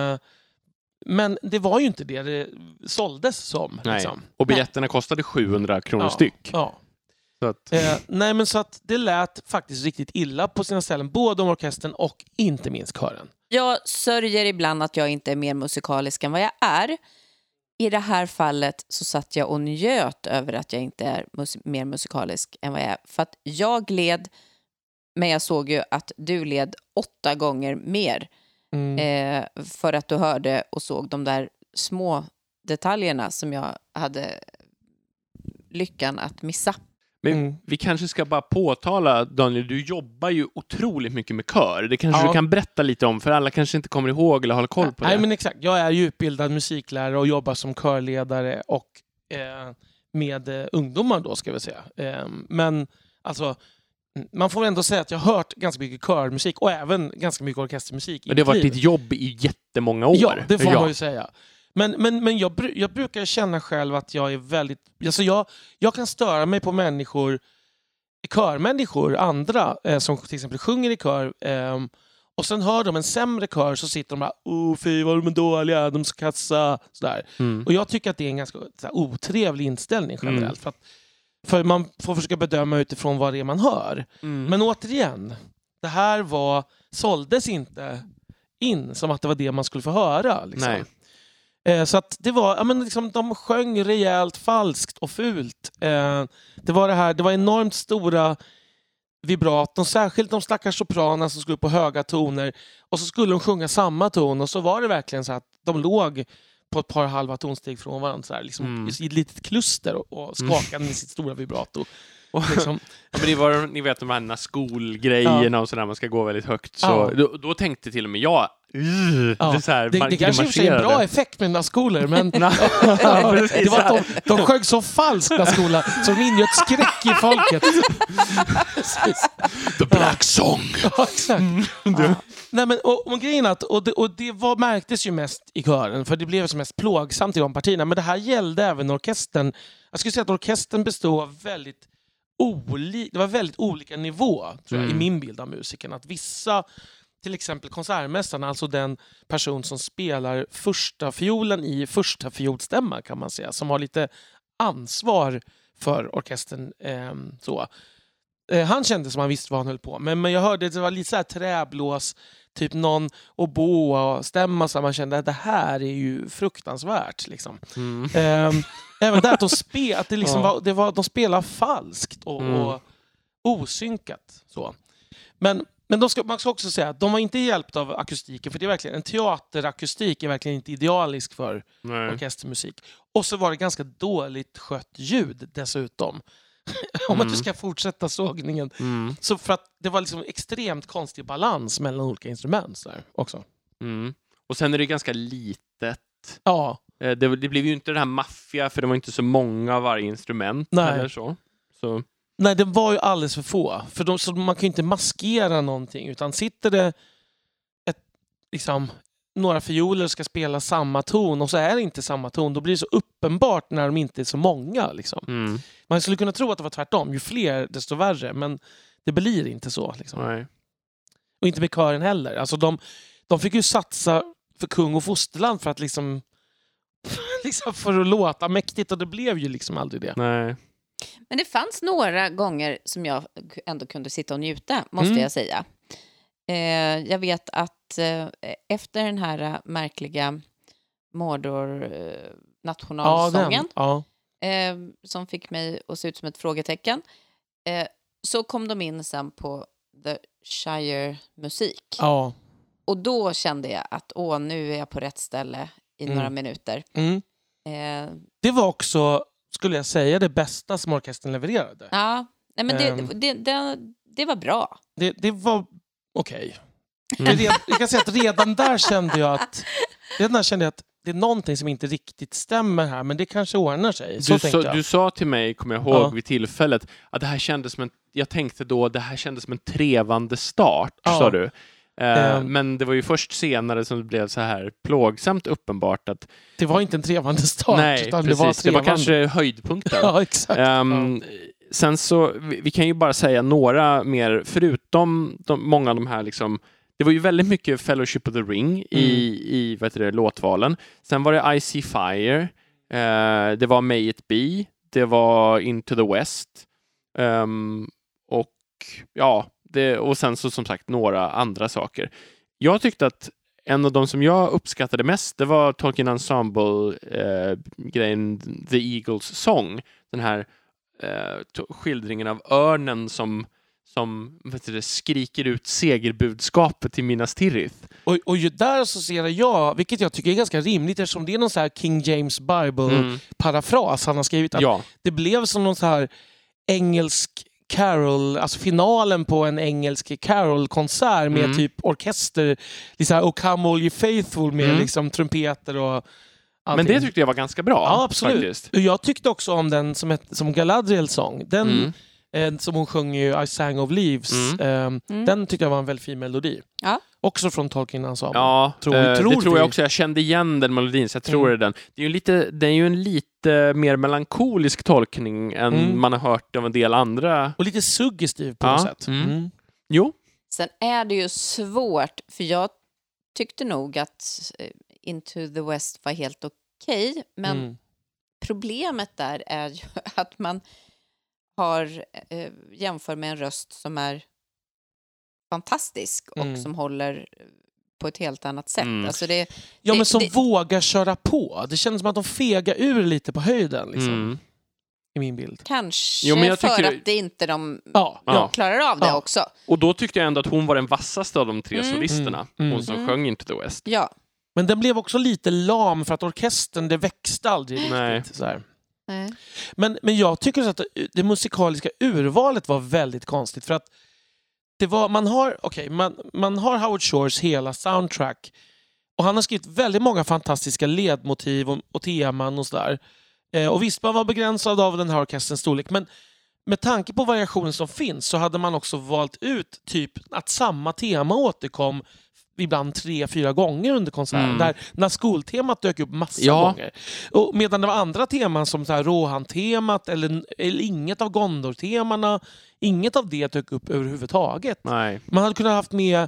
Men det var ju inte det såldes som. Nej. Liksom. Och biljetterna kostade 700 kronor styck. Ja. Så att... Nej, men så att det lät faktiskt riktigt illa på sina ställen, både om orkestern och inte minst kören. Jag sörjer ibland att jag inte är mer musikalisk än vad jag är. I det här fallet så satt jag och njöt över att jag inte är mer musikalisk än vad jag är. För att jag led, men jag såg ju att du led 8 gånger mer. För att du hörde och såg de där små detaljerna som jag hade lyckan att missa. Men vi kanske ska bara påtala, Daniel, du jobbar ju otroligt mycket med kör. Det kanske du kan berätta lite om, för alla kanske inte kommer ihåg eller håller koll på det. Nej, men exakt. Jag är ju utbildad musiklärare och jobbar som körledare och med ungdomar då, ska vi säga. Men alltså, man får ändå säga att jag har hört ganska mycket körmusik och även ganska mycket orkestermusik. Men det har varit ditt jobb i jättemånga år. Ja, det får man ju säga. Men jag brukar känna själv att jag är väldigt... Alltså jag kan störa mig på körmänniskor, andra som till exempel sjunger i kör. Och sen hör de en sämre kör, så sitter de bara, fy vad de är dåliga, de ska kassa, sådär. Och jag tycker att det är en ganska otrevlig inställning generellt. För man får försöka bedöma utifrån vad det är man hör. Men återigen, det här såldes inte in som att det var det man skulle få höra. Liksom. Nej. Så att det var, liksom, de sjöng rejält falskt och fult. Det var enormt stora vibraton, särskilt de stackars sopranerna som skulle upp på höga toner, och så skulle de sjunga samma ton, och så var det verkligen så att de låg på ett par halva tonsteg från varandra så här, liksom, i ett litet kluster och skakade med sitt stora vibrato. Liksom. Ja, men det var, ni vet, de här skolgrejerna och sådär, man ska gå väldigt högt. Så då tänkte till och med jag det, så här, det kanske är en bra effekt med den skolor, men det var att de sjöng så falskt den skolan, så de ingöt skräck i folket. The Black Song. Ja, exakt. Nej, men, och grejen att, det märktes ju mest i kören, för det blev som mest plågsamt i de partierna, men det här gällde även orkestern. Jag skulle säga att orkestern bestod av väldigt olika nivå, tror jag, i min bild av musiken. Att vissa, till exempel konsertmästaren, alltså den person som spelar första fiolen i första fiolstämma, kan man säga, som har lite ansvar för orkestern. Så. Han kände som han visste vad han höll på. Men jag hörde att det var lite så här träblås, typ någon oboe och stämma, så man kände att det här är ju fruktansvärt. Liksom. Även där att det liksom de spelar falskt och osynkat. Så. Men man ska också säga att de var inte hjälpta av akustiken, för det är verkligen, en teaterakustik är verkligen inte idealisk för orkestermusik. Och så var det ganska dåligt skött ljud dessutom. Om att du ska fortsätta sågningen. Så för att det var liksom extremt konstig balans mellan olika instrument så där, också. Och sen är det ganska litet. Ja. Det blev ju inte det här maffia, för det var inte så många av varje instrument. Nej. Eller så. Nej, det var ju alldeles för få. Så man kan ju inte maskera någonting, utan sitter det några fioler ska spela samma ton och så är det inte samma ton, då blir det så uppenbart när de inte är så många. Liksom. Man skulle kunna tro att det var tvärtom. Ju fler, desto värre. Men det blir inte så. Liksom. Nej. Och inte med kören heller. Alltså de fick ju satsa för kung och fosterland för att liksom för att låta mäktigt, och det blev ju liksom aldrig det. Nej. Men det fanns några gånger som jag ändå kunde sitta och njuta, måste jag säga. Jag vet att efter den här märkliga Mordor-nationalsången som fick mig att se ut som ett frågetecken, så kom de in sen på The Shire-musik. Ja. Och då kände jag att nu är jag på rätt ställe i några minuter. Det var också, skulle jag säga, det bästa som orkestern levererade. Ja, nej, men det var bra. Det var okej. Jag kan säga att redan där kände jag att det är någonting som inte riktigt stämmer här, men det kanske ordnar sig. Du sa till mig, kommer jag ihåg, vid tillfället, att det här kändes som det här kändes som en trevande start, sa du. Men det var ju först senare som det blev så här plågsamt uppenbart att det var inte en trevande start. Nej, utan precis. Det var kanske höjdpunkten. Ja, exakt. Sen så, vi kan ju bara säga några mer, förutom många av de här liksom, det var ju väldigt mycket Fellowship of the Ring i låtvalen. Sen var det I See Fire, det var May It Be, det var Into the West, och sen så som sagt några andra saker. Jag tyckte att en av de som jag uppskattade mest, det var Tolkien Ensemble-grejen The Eagles Song. Den här skildringen av örnen som skriker ut segerbudskapet till Minas Tirith. Och ju där associerar jag, vilket jag tycker är ganska rimligt, eftersom det är någon så här King James Bible-parafras han har skrivit. Att det blev som någon så här engelsk carol, alltså finalen på en engelsk carol-konsert med typ orkester, liksom O Come All You Faithful med liksom trumpeter och allting. Men det tyckte jag var ganska bra. Ja, absolut. Faktiskt. Jag tyckte också om den som Galadriel sång. Den som hon sjöng i I Sang of Leaves. Den tyckte jag var en väldigt fin melodi. Ja. Också från Tolkien Ensemble. Ja, det tror jag också. Jag kände igen den melodin, så jag tror det är den. Det är ju en lite mer melankolisk tolkning än man har hört av en del andra. Och lite suggestiv på något sätt. Jo. Sen är det ju svårt, för jag tyckte nog att Into the West var helt okej, men problemet där är ju att man har jämför med en röst som är fantastisk och som håller på ett helt annat sätt. Alltså men som vågar köra på. Det känns som att de fegar ur lite på höjden liksom. I min bild. Kanske men jag för att det inte de klarar av det också. Och då tyckte jag ändå att hon var den vassaste av de tre solisterna. Hon som sjöng Into the West. Ja. Men den blev också lite lam för att orkestern, det växte aldrig riktigt. Så här. Men jag tycker att det musikaliska urvalet var väldigt konstigt, för att det var, man har Howard Shores hela soundtrack och han har skrivit väldigt många fantastiska ledmotiv och teman och sådär. Och visst, man var begränsad av den här orkesterns storlek, men med tanke på variationen som finns så hade man också valt ut typ att samma tema återkom ibland 3-4 gånger under konserten. När skoltemat dök upp massa gånger. Och medan det var andra teman som så här Rohan-temat eller inget av Gondor-temana, inget av det dök upp överhuvudtaget. Nej. Man hade kunnat haft med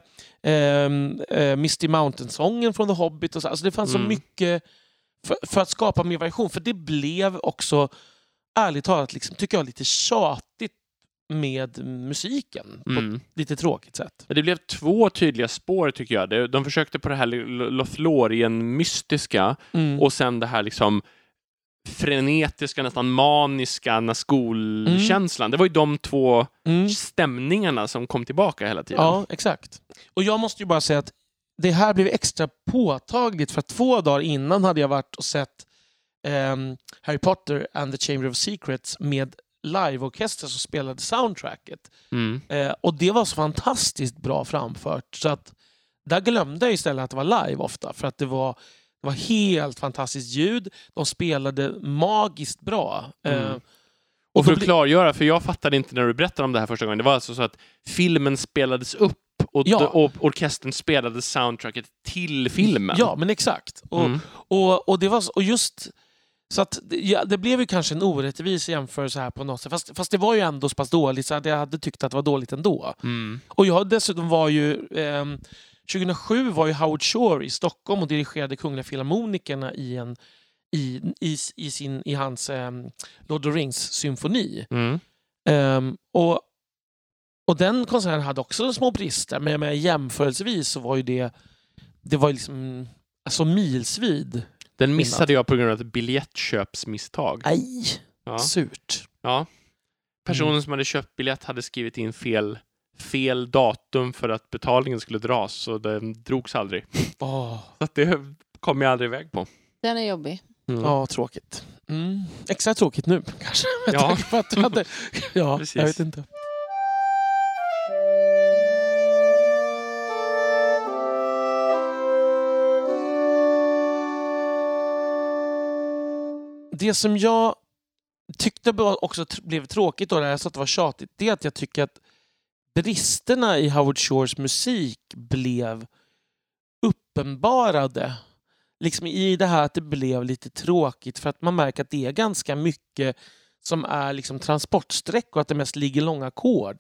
Misty Mountain-sången från The Hobbit och så. Alltså det fanns så mycket för att skapa mer variation. För det blev också ärligt talat liksom, tycker jag lite tjatigt med musiken på ett lite tråkigt sätt. Det blev 2 tydliga spår tycker jag. De försökte på det här Lothlorien mystiska och sen det här liksom frenetiska, nästan maniska Nazgul-känslan. Det var ju de 2 stämningarna som kom tillbaka hela tiden. Ja, exakt. Och jag måste ju bara säga att det här blev extra påtagligt för att 2 dagar innan hade jag varit och sett Harry Potter and the Chamber of Secrets med liveorkester som spelade soundtracket. Och det var så fantastiskt bra framfört så att där glömde jag istället att det var live ofta för att det var helt fantastiskt ljud. De spelade magiskt bra. Och för att klargöra, för jag fattade inte när du berättade om det här första gången. Det var alltså så att filmen spelades upp och orkestern spelade soundtracket till filmen. Ja, men exakt. Och det var och just så att det blev ju kanske en orättvis jämförelse här på något sätt. Fast det var ju ändå så pass dåligt så att jag hade tyckt att det var dåligt ändå. Och jag dessutom var ju 2007 var ju Howard Shore i Stockholm och dirigerade Kungliga Filharmonikerna i hans Lord of the Rings-symfoni. Och den konserten hade också små brister, men med jämförelsevis så var ju det var liksom alltså milsvid. Den missade jag på grund av ett biljettköpsmisstag. Aj, surt. Ja. Personen som hade köpt biljett hade skrivit in fel datum för att betalningen skulle dras, så den drogs aldrig. Så att det kom jag aldrig iväg på. Den är jobbig. Ja, tråkigt. Extra tråkigt nu kanske. Ja, för att du hade, precis. Jag vet inte. Det som jag tyckte också blev tråkigt då, när jag sa att det var tjatigt, det är att jag tycker att bristerna i Howard Shores musik blev uppenbarade. Liksom i det här att det blev lite tråkigt för att man märker att det är ganska mycket som är liksom transportsträck och att det mest ligger långa ackord.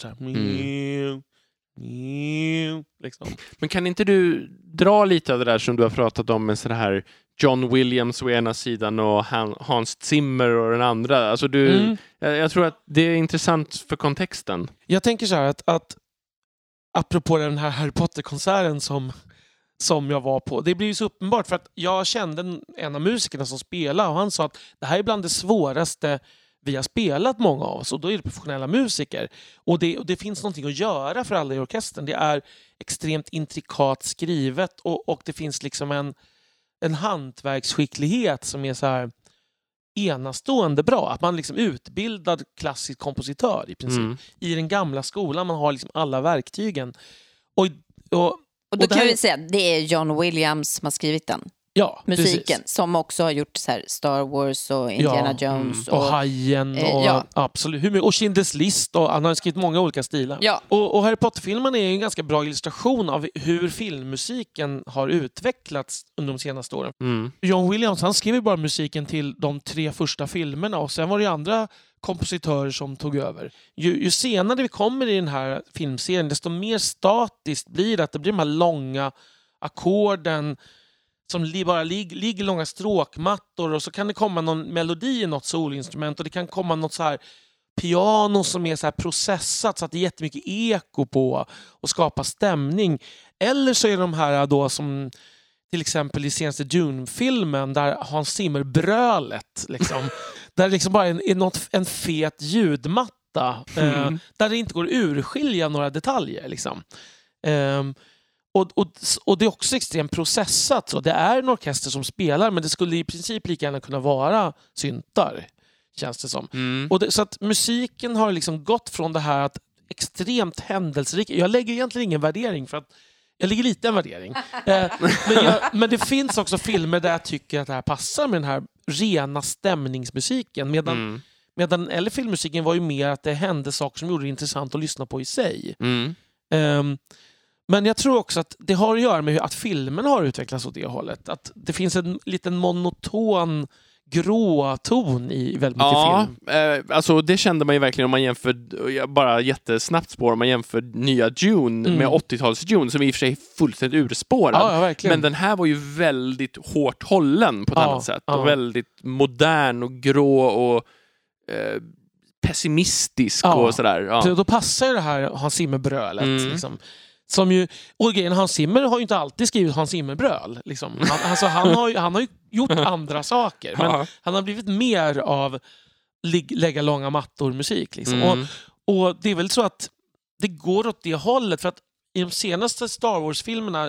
Liksom. Men kan inte du dra lite av det där som du har pratat om med sådär här John Williams å ena sidan och Hans Zimmer och den andra? Alltså jag tror att det är intressant för kontexten. Jag tänker så här att apropå den här Harry Potter-konserten som jag var på. Det blir ju så uppenbart för att jag kände en av musikerna som spelade och han sa att det här är bland det svåraste vi har spelat, många av oss, och då är det professionella musiker. Och det finns någonting att göra för alla i orkestern. Det är extremt intrikat skrivet och det finns liksom en hantverksskicklighet som är så här enastående bra. Att man liksom utbildad klassisk kompositör i princip. I den gamla skolan, man har liksom alla verktygen. Och då kan vi säga att det är John Williams som har skrivit den. Ja, musiken precis. Som också har gjort så här Star Wars och Indiana Jones och Hajen och absolut och Schindler's List och han har skrivit många olika stilar. Ja. Och Harry Potter-filmen är en ganska bra illustration av hur filmmusiken har utvecklats under de senaste åren. John Williams, han skrev bara musiken till de 3 första filmerna och sen var det andra kompositörer som tog över. Ju senare vi kommer i den här filmserien, desto mer statiskt blir det, att det blir de här långa ackorden som bara ligger långa stråkmattor och så kan det komma någon melodi i något solinstrument och det kan komma något så här piano som är så här processat så att det är jättemycket eko på och skapar stämning. Eller så är de här då som till exempel i senaste Dune-filmen där Hans Zimmer-brölet liksom, där det liksom bara är en fet ljudmatta där det inte går att urskilja några detaljer liksom. Och det är också extremt processat. Så det är en orkester som spelar, men det skulle i princip lika gärna kunna vara syntar, känns det som. Så att musiken har liksom gått från det här att extremt händelserik. Jag lägger egentligen ingen värdering för att jag lägger lite en värdering. Men det finns också filmer där jag tycker att det här passar med den här rena stämningsmusiken. Medan eller filmmusiken var ju mer att det hände saker som gjorde det intressant att lyssna på i sig. Men jag tror också att det har att göra med att filmen har utvecklats åt det hållet. Att det finns en liten monoton grå ton i väldigt mycket film. Alltså det kände man ju verkligen om man jämför, bara jättesnabbt spår, om man jämför nya Dune med 80-tals Dune som i och för sig är fullständigt urspårad. Men den här var ju väldigt hårt hållen på ett annat sätt. Och väldigt modern och grå och pessimistisk och sådär. Ja. Då passar ju det här Hans Zimmer-brölet. Liksom. Som ju, och grejen, Hans Zimmer har ju inte alltid skrivit Hans Zimmer-bröl. Liksom. Han har ju gjort andra saker. Men han har blivit mer av lägga långa mattor-musik. Liksom. Och det är väl så att det går åt det hållet. För att i de senaste Star Wars-filmerna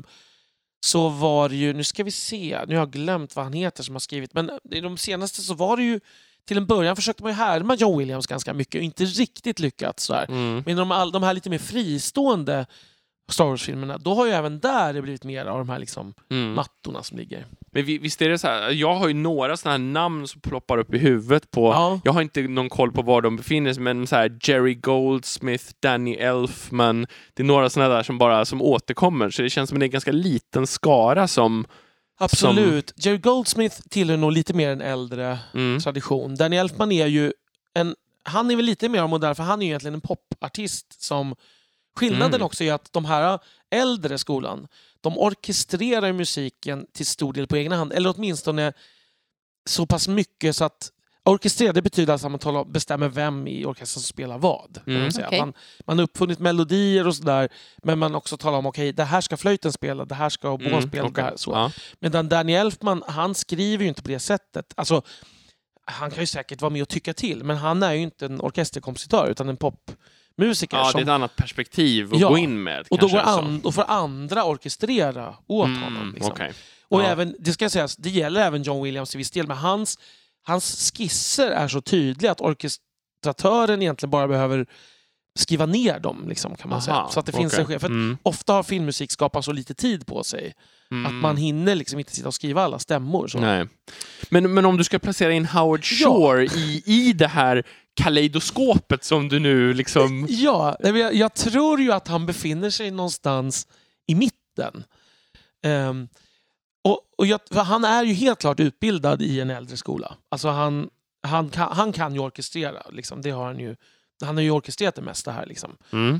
så var det ju, nu ska vi se, nu har jag glömt vad han heter som har skrivit, men i de senaste så var det ju, till en början försökte man ju härma John Williams ganska mycket och inte riktigt lyckats sådär. Men de här lite mer fristående Star Wars-filmerna, då har ju även där det blivit mer av de här liksom mattorna som ligger. Men visst är det så här, jag har ju några såna här namn som ploppar upp i huvudet på, jag har inte någon koll på var de befinner sig, men så här Jerry Goldsmith, Danny Elfman, det är några såna där som återkommer, så det känns som en ganska liten skara som... Absolut. Jerry Goldsmith tillhör nog lite mer en äldre tradition. Danny Elfman är ju han är väl lite mer modern, för han är ju egentligen en popartist som... Skillnaden också är att de här äldre skolan, de orkestrerar musiken till stor del på egna hand, eller åtminstone så pass mycket så att orkestrera, det betyder att man bestämmer vem i orkestern som spelar vad. Okay. Man har uppfunnit melodier och sådär, men man också talar om det här ska flöjten spela, det här ska oboen spela, det här, så. Ja. Medan Danny Elfman, han skriver ju inte på det sättet. Alltså, han kan ju säkert vara med och tycka till, men han är ju inte en orkesterkompositör utan en popmusiker. Ja, det är ett annat perspektiv att gå in med. Och då får andra orkestrera åt honom. Liksom. Okay. Och även, det ska sägas, det gäller även John Williams i viss del, men hans skisser är så tydliga att orkestratören egentligen bara behöver skriva ner dem, liksom, kan man säga. Så att det finns en chef. För ofta har filmmusik skapat så lite tid på sig att man hinner liksom inte sitta och skriva alla stämmor. Så. Nej. Men om du ska placera in Howard Shore i det här kaleidoskopet som du nu liksom... Ja, jag tror ju att han befinner sig någonstans i mitten. Han är ju helt klart utbildad i en äldre skola. Alltså han kan ju orkestrera. Liksom. Det har han har ju orkestrerat det mesta här. Liksom.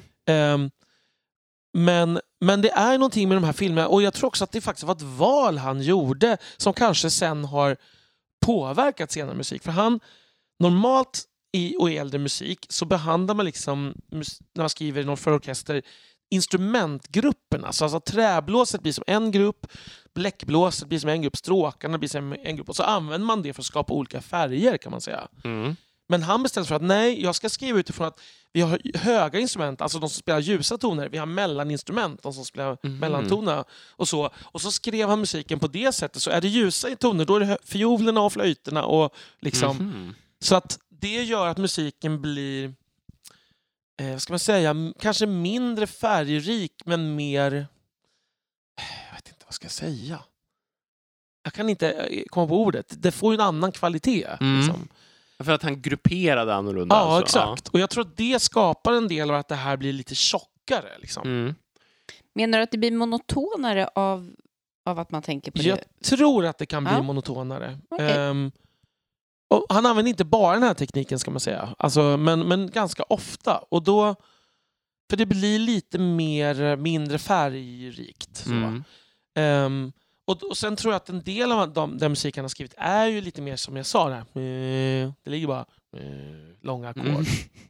Men det är någonting med de här filmerna, och jag tror också att det faktiskt var ett val han gjorde som kanske sen har påverkat senare musik. För han normalt i äldre musik så behandlar man liksom, när man skriver någon för orkester, instrumentgrupperna. Så alltså träblåset blir som en grupp, bläckblåset blir som en grupp, stråkarna blir som en grupp, och så använder man det för att skapa olika färger, kan man säga. Men han bestämde för att nej, jag ska skriva utifrån att vi har höga instrument, alltså de som spelar ljusa toner, vi har mellaninstrument, de som spelar mellantoner och så skrev han musiken på det sättet. Så är det ljusa toner, då är det fiolerna och flöjterna och liksom, så att det gör att musiken blir vad ska man säga, kanske mindre färgrik, men mer, jag vet inte vad ska jag säga. Jag kan inte komma på ordet. Det får ju en annan kvalitet. Liksom. För att han grupperade annorlunda. Ja, alltså. Exakt. Och jag tror att det skapar en del av att det här blir lite tjockare. Liksom. Menar du att det blir monotonare av att man tänker på det? Jag tror att det kan bli monotonare. Okay. Och han använder inte bara den här tekniken, ska man säga. Alltså, men ganska ofta. Och då, för det blir lite mindre färgrikt. Så. Och sen tror jag att en del av den musik han har skrivit är ju lite mer som jag sa där. Det ligger bara långa ackord.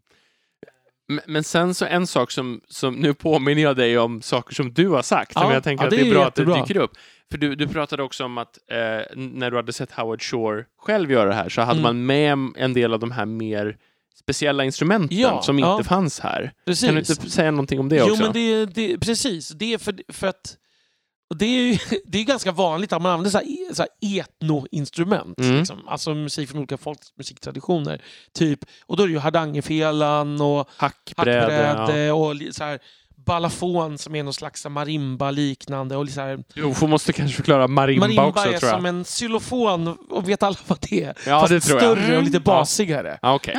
Men sen så en sak som nu påminner jag dig om saker som du har sagt. Men jag tänker att det är bra jättebra att det dyker upp. För du pratade också om att när du hade sett Howard Shore själv göra det här så hade man med en del av de här mer speciella instrumenten som inte fanns här. Precis. Kan du inte säga någonting om det också? Jo, men det precis. Det är för att, och det är ganska vanligt att man använder så här etnoinstrument. Liksom. Alltså musik från olika folks musiktraditioner. Typ, och då är det ju hardangerfelan och hackbräde och så här balafon som är någon slags marimba liknande. Och så här, du måste kanske förklara marimba också, tror jag. Marimba är som en xylofon, och vet alla vad det är? Ja, fast det tror jag. Större och lite basigare. Okay.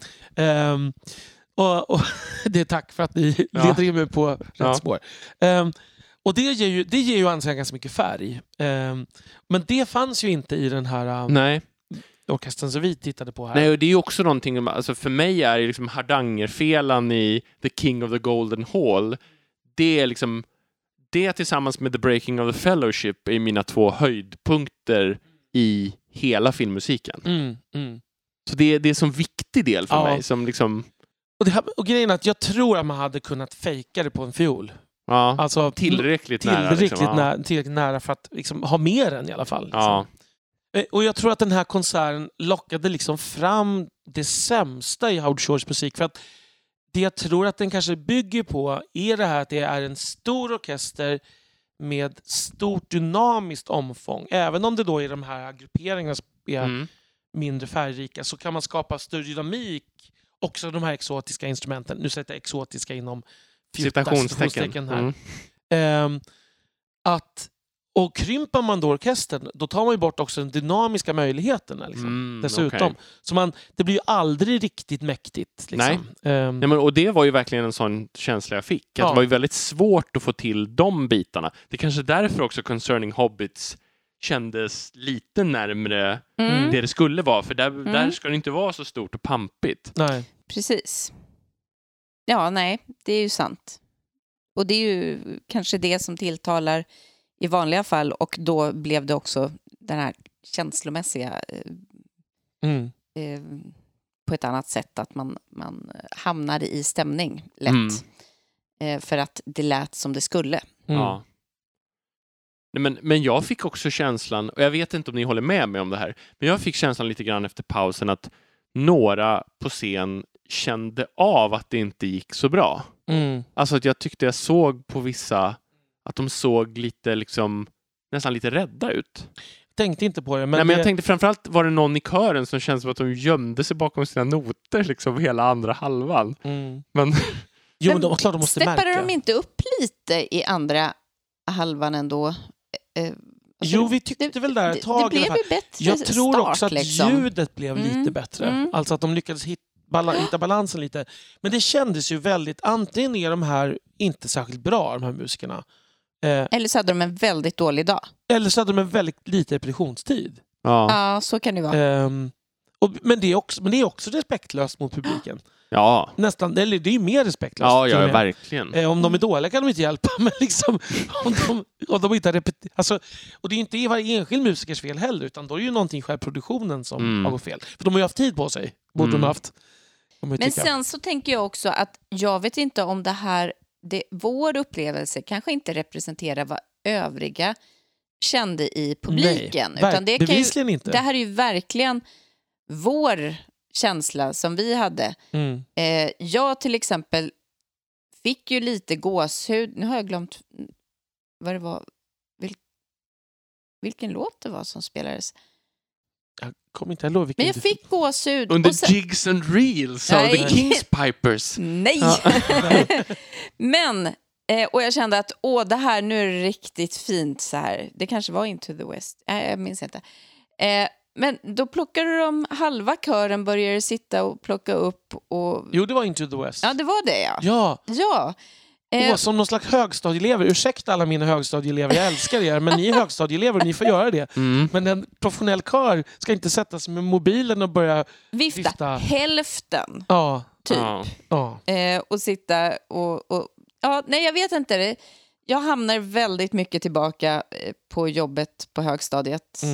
Och det är tack för att ni leder in mig på rätt spår. Och det ger ju antagligen ganska mycket färg. Men det fanns ju inte i den här orkestern som vi tittade på här. Nej, och det är ju också någonting, alltså för mig är det liksom hardangerfelan i The King of the Golden Hall. Det är liksom, det tillsammans med The Breaking of the Fellowship är mina 2 höjdpunkter i hela filmmusiken. Så det är en sån viktig del för mig. Som liksom... och grejen är att jag tror att man hade kunnat fejka det på en fiol. Ja, alltså, tillräckligt nära för att liksom, ha med den i alla fall. Liksom. Ja. Och jag tror att den här konserten lockade liksom fram det sämsta i Howard Shores musik. För att det jag tror att den kanske bygger på är det här att det är en stor orkester med stort dynamiskt omfång. Även om det då är de här grupperingarna som är mindre färgrika, så kan man skapa större dynamik. Också de här exotiska instrumenten. Nu sätter jag exotiska inom citationstecken här. Och krympar man då orkestern, då tar man ju bort också de dynamiska möjligheterna. Liksom, dessutom. Okay. Så det blir ju aldrig riktigt mäktigt. Liksom. Nej, men, och det var ju verkligen en sån känsla jag fick. Att det var ju väldigt svårt att få till de bitarna. Det är kanske därför också Concerning Hobbits kändes lite närmre det skulle vara. För där ska det inte vara så stort och pampigt. Nej. Precis. Ja, nej, det är ju sant. Och det är ju kanske det som tilltalar i vanliga fall, och då blev det också den här känslomässiga på ett annat sätt, att man hamnade i stämning lätt för att det lät som det skulle. Ja. Men jag fick också känslan, och jag vet inte om ni håller med mig om det här, men jag fick känslan lite grann efter pausen att några på scen kände av att det inte gick så bra. Alltså att jag tyckte jag såg på vissa att de såg lite liksom nästan lite rädda ut. Tänkte inte på det. Men jag tänkte framförallt, var det någon i kören som känns som att de gömde sig bakom sina noter liksom hela andra halvan. Men jo, men klart de måste märka. Steppade de inte upp lite i andra halvan ändå? Jo, vi tyckte väl där ett tag. Det blev ju bättre. Jag tror start, också att ljudet blev lite bättre. Alltså att de lyckades hitta balansen lite. Men det kändes ju väldigt, antingen är de här inte särskilt bra, de här musikerna. Eller så hade de en väldigt dålig dag. Eller så hade de en väldigt lite repetitionstid. Ja, så kan det vara. Men det är också respektlöst mot publiken. Ja. Nästan, eller det är ju mer respektlöst. Ja, verkligen. Om de är dåliga kan de inte hjälpa, men liksom om de inte har alltså, och det är ju inte varje enskild musikers fel heller, utan då är det ju någonting själv produktionen som har gått fel. För de har ju haft tid på sig. Borde de haft. Men sen så tänker jag också att jag vet inte om det här, vår upplevelse kanske inte representerar vad övriga kände i publiken. Nej, utan bevisligen inte. Det här är ju verkligen vår känsla som vi hade. Jag till exempel fick ju lite gåshud. Nu har jag glömt vad det var. Vilken låt det var som spelades. Jag kommer inte ihåg vilken. Men jag fick gåshud. Under Jigs and Reels av The Kings Pipers. Nej! Men, och jag kände att det här, nu är det riktigt fint så här. Det kanske var Into the West. Jag minns inte. Men då plockade de halva kören, började sitta och plocka upp. Jo, det var Into the West. Ja, det var det, ja. Som någon slags högstadieelever. Ursäkta alla mina högstadieelever, jag älskar er. Men ni är högstadieelever och ni får göra det. Men en professionell kör ska inte sätta sig med mobilen och börja vifta. Hälften, typ. Och sitta och... Ja, nej, jag vet inte. Jag hamnar väldigt mycket tillbaka på jobbet på högstadiet.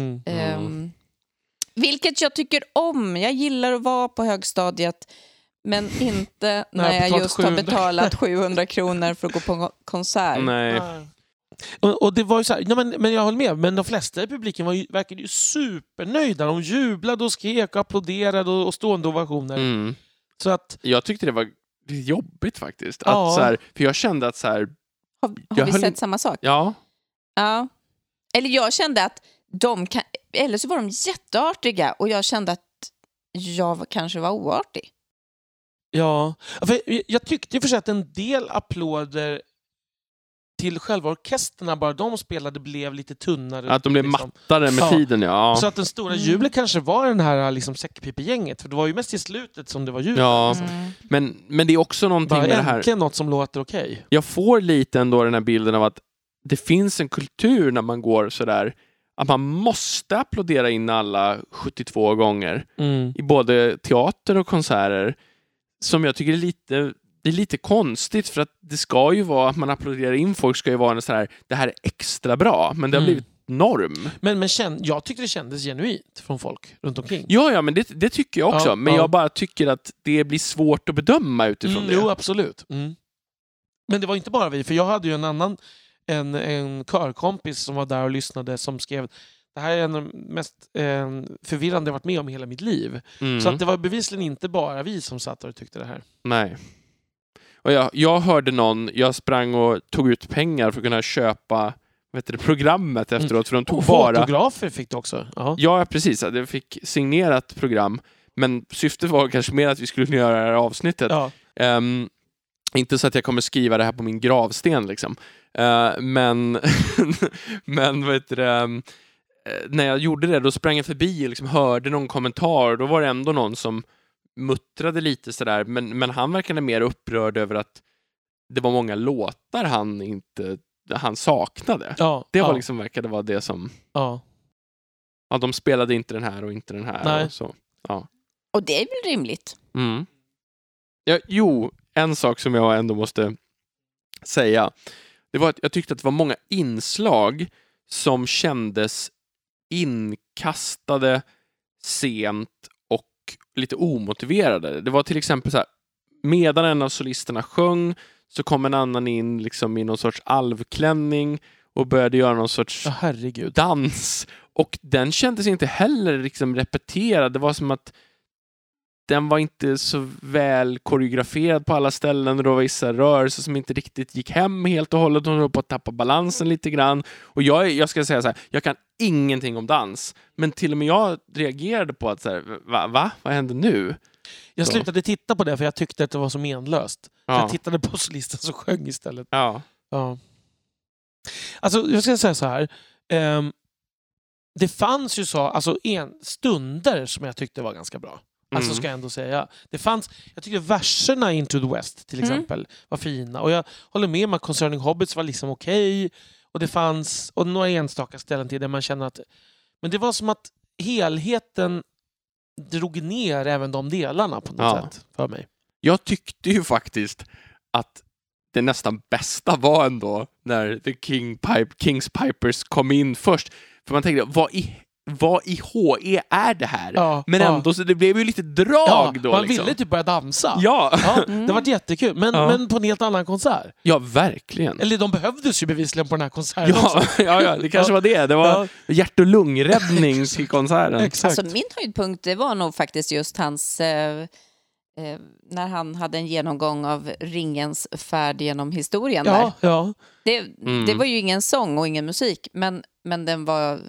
Vilket jag tycker om. Jag gillar att vara på högstadiet. Men inte när jag just har betalat 700 kronor för att gå på en konsert. Nej. Och det var ju så här, men jag håller med. Men de flesta i publiken verkade ju supernöjda. De jublade och skrek och applåderade och stående ovationer. Så att, jag tyckte det var jobbigt faktiskt. Att, så här, för jag kände att så här... Har vi sett samma sak? Ja. Eller jag kände att eller så var de jätteartiga och jag kände att jag kanske var oartig. Ja, för jag tyckte för sig att en del applåder till själva orkesterna, bara de spelade, blev lite tunnare. Att de blev mattare med tiden, Så att den stora jublet kanske var den här liksom säckpipegänget, för det var ju mest i slutet som det var jubel. Ja, men det är också någonting bara med det här. Äntligen något som låter okej. Jag får lite ändå den här bilden av att det finns en kultur när man går sådär, att man måste applådera in alla 72 gånger i både teater och konserter, som jag tycker är lite konstigt, för att det ska ju vara att man applåderar in folk, ska ju vara en så här, det här är extra bra, men det har blivit norm. Men jag tyckte det kändes genuint från folk runt omkring. Ja, men det tycker jag också. Ja, men ja. jag bara tycker att det blir svårt att bedöma utifrån det. Jo, absolut. Men det var inte bara vi, för jag hade ju en körkompis som var där och lyssnade som skrev det här är en av de mest förvirrande jag varit med om i hela mitt liv. Så att det var bevisligen inte bara vi som satt och tyckte det här. Nej. Och jag hörde någon, jag sprang och tog ut pengar för att kunna köpa programmet efteråt. För de tog och bara... fotografer fick du också. Ja. Ja, precis. Jag fick signerat program. Men syftet var kanske mer att vi skulle kunna göra det här avsnittet. Ja. Inte så att jag kommer skriva det här på min gravsten liksom. Men när jag gjorde det, då sprang jag förbi och liksom hörde någon kommentar. Då var det ändå någon som muttrade lite sådär. Men han verkade mer upprörd över att det var många låtar han saknade. Ja, det var liksom verkade vara det som... Ja. Ja, de spelade inte den här och inte den här. Nej. Och så. Ja. Och det är väl rimligt? Mm. Ja, en sak som jag ändå måste säga, det var att jag tyckte att det var många inslag som kändes inkastade sent och lite omotiverade. Det var till exempel så här, medan en av solisterna sjöng så kom en annan in liksom i någon sorts alvklänning och började göra någon sorts dans. Och den kändes inte heller liksom repeterad. Det var som att den var inte så väl koreograferad på alla ställen och det var vissa rörelser som inte riktigt gick hem helt och hållet. De höll på att tappa balansen lite grann. Och jag ska säga så här, jag kan ingenting om dans. Men till och med jag reagerade på att så här, va? Vad hände nu? Jag slutade titta på det för jag tyckte att det var så menlöst. Ja. Så jag tittade på solisten som sjöng istället. Ja. Alltså, jag ska säga så här. Det fanns ju stunder som jag tyckte var ganska bra. Alltså ska jag ändå säga. Jag tyckte verserna Into the West till exempel var fina. Och jag håller med om att Concerning Hobbits var liksom okej. Och det fanns några enstaka ställen till där man känner att... Men det var som att helheten drog ner även de delarna på något sätt för mig. Jag tyckte ju faktiskt att det nästan bästa var ändå när The King's Pipers kom in först. För man tänkte, vad i HE är det här? Ja, men ändå, så det blev ju lite drag då. Man liksom. ville typ börja dansa. Ja. Det var jättekul. Men på en helt annan konsert. Ja, verkligen. Eller de behövdes ju bevisligen på den här konserten också. Ja, det kanske var det. Det var hjärt- och lungräddning till konserten. Exakt. Alltså, min höjdpunkt det var nog faktiskt just hans... när han hade en genomgång av ringens färd genom historien där. Ja. Det var ju ingen sång och ingen musik, men den var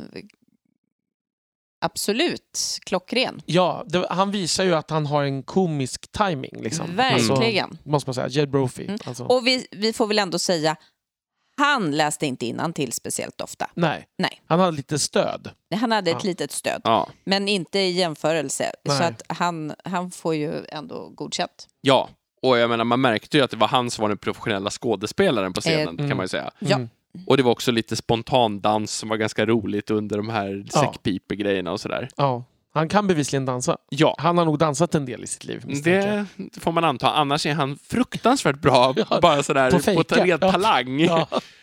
absolut klockren. Ja, han visar ju att han har en komisk timing. Liksom. Verkligen. Alltså, måste man säga. Jed Brophy. Alltså. Och vi får väl ändå säga, han läste inte innantill speciellt ofta. Nej. Han hade lite stöd. Han hade ett litet stöd, men inte i jämförelse. Nej. Så att han får ju ändå godkänt. Ja, och jag menar, man märkte ju att det var han som var den professionella skådespelaren på scenen, kan man ju säga. Ja. Och det var också lite spontan dans som var ganska roligt under de här säckpipe-grejerna och sådär. Ja, han kan bevisligen dansa. Ja. Han har nog dansat en del i sitt liv. Det får man anta. Annars är han fruktansvärt bra, bara sådär på red talang. Ja.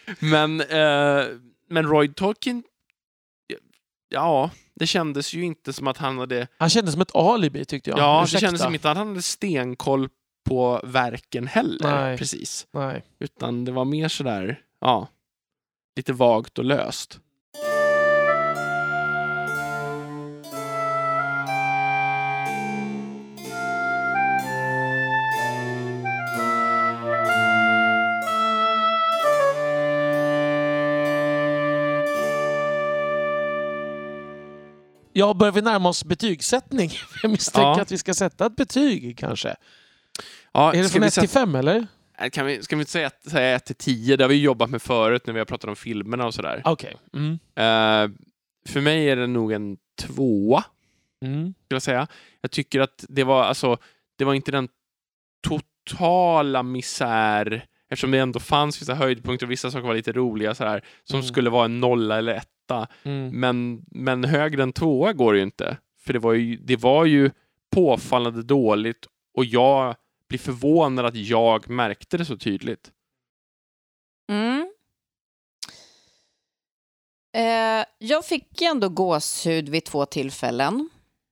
Men Roy Tolkien, det kändes ju inte som att han hade... Han kändes som ett alibi, tyckte jag. Ja, Ursäkta. det kändes som inte att han hade stenkoll på verken heller. Nej. Precis. Nej. Utan det var mer sådär, lite vagt och löst. Ja, börjar vi närma oss betygssättning? Jag misstänker att vi ska sätta ett betyg kanske. Ja, är det från 1 till 5 eller? Ska vi inte säga 1 till 10? Det har vi jobbat med förut när vi har pratat om filmerna och sådär. Okej. För mig är det nog en 2. Skulle jag säga. Jag tycker att det var inte den totala misär, eftersom det ändå fanns vissa höjdpunkter och vissa saker var lite roliga sådär, som skulle vara en 0 eller 1. Men högre än 2 går det ju inte. För det var ju påfallande dåligt och jag blir förvånad att jag märkte det så tydligt. Jag fick ändå gåshud vid 2 tillfällen.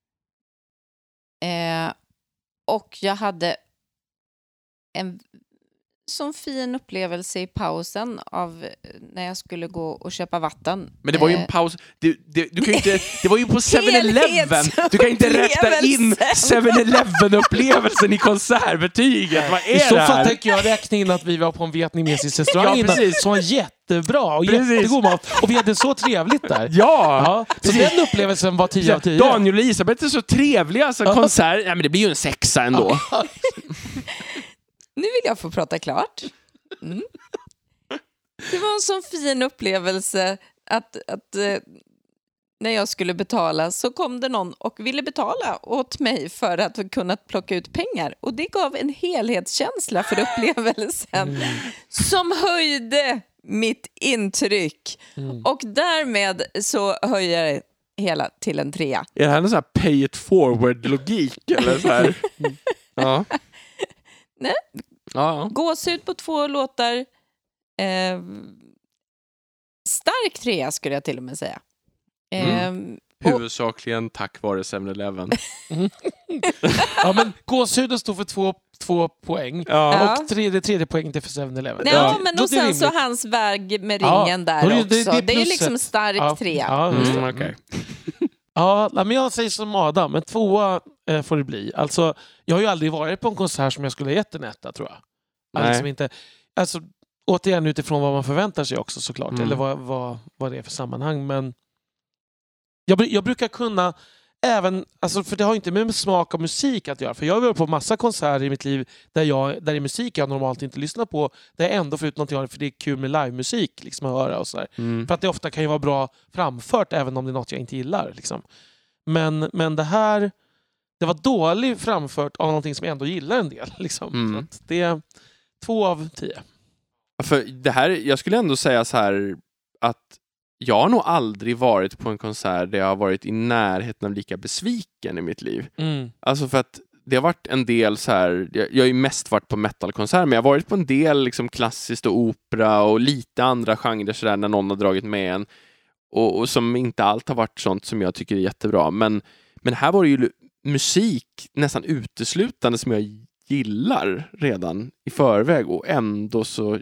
Och jag hade en sån fin upplevelse i pausen av när jag skulle gå och köpa vatten. Men det var ju en paus. Du kan ju inte, det var ju på 7-Eleven. Du kan inte räkna in 7-Eleven-upplevelsen i konsertbetyget. Vad är I så det fall här? tänker jag räkna in att vi var på en vietnamesisk restaurang innan, precis. som var jättebra och Precis. jättegod mat. Och vi hade så trevligt där. Ja! Så den upplevelsen var 10 av 10. Daniel och Elisabeth är så trevliga. Så konsert, men det blir ju en 6 ändå. Nu vill jag få prata klart. Det var en sån fin upplevelse att när jag skulle betala så kom det någon och ville betala åt mig för att kunna plocka ut pengar. Och det gav en helhetskänsla för upplevelsen som höjde mitt intryck. Och därmed så höjer jag hela till en 3. Är det här någon sån här pay it forward-logik? Eller så här? Ja. Nej. Ja. Gåshud på 2 låtar. Stark 3 skulle jag till och med säga. Huvudsakligen tack vare 7-Eleven. Ja, men gåshuden står för 2 poäng. Ja. Och det tredje poängen är för 7-Eleven. Ja, men Då och är det sen så rimligt. hans väg med ringen där då är också. Det är plusset. liksom stark 3. Ja, just det. Okej. Ja, men jag säger som Adam, men 2 får det bli. Alltså, jag har ju aldrig varit på en konsert som jag skulle ha gett en 1, tror jag. Nej. Liksom inte, alltså, återigen utifrån vad man förväntar sig också såklart. Eller vad det är för sammanhang. Men jag brukar kunna även, alltså, för det har inte med smak av musik att göra. För jag har varit på massa konserter i mitt liv där det är musik jag normalt inte lyssnar på. Där jag ändå får ut någonting av det, för det är kul med livemusik liksom, att höra och sådär. För att det ofta kan ju vara bra framfört även om det är något jag inte gillar. Liksom. Men det här, det var dåligt framfört av någonting som jag ändå gillar en del. Liksom. Så att det är 2 av 10. För det här, jag skulle ändå säga så här att jag har nog aldrig varit på en konsert där jag har varit i närheten av lika besviken i mitt liv. Alltså för att det har varit en del så här, jag har ju mest varit på metalkonserter, men jag har varit på en del liksom klassiskt och opera och lite andra genrer så där när någon har dragit med en och som inte allt har varit sånt som jag tycker är jättebra. Men här var det ju musik nästan uteslutande som jag gillar redan i förväg och ändå så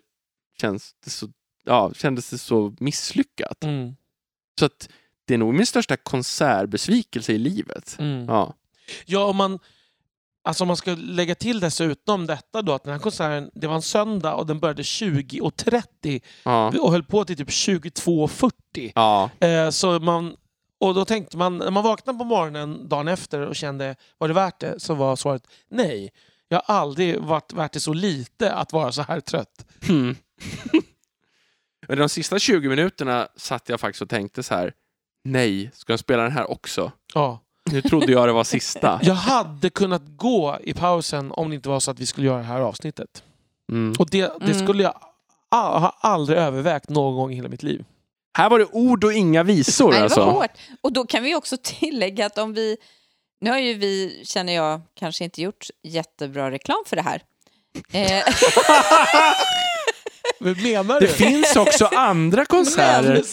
kändes det så misslyckat. Så att det är nog min största konsertbesvikelse i livet. Ja, om man ska lägga till dessutom detta då, att den här konserten, det var en söndag och den började 20:30 och höll på till typ 22:40. Och då tänkte man, när man vaknade på morgonen dagen efter och kände, var det värt det? Så var svaret nej. Jag har aldrig varit värt det så lite att vara så här trött. De sista 20 minuterna satt jag faktiskt och tänkte så här: nej, ska jag spela den här också? Ja. Nu trodde jag det var sista. Jag hade kunnat gå i pausen om det inte var så att vi skulle göra det här avsnittet. Och det skulle jag ha aldrig övervägt någon gång i hela mitt liv. Här var det ord och inga visor. Nej, det alltså. var hårt. Och då kan vi också tillägga att om vi... Nu har ju vi, känner jag, kanske inte gjort jättebra reklam för det här. Vad menar Det du? finns också andra konserter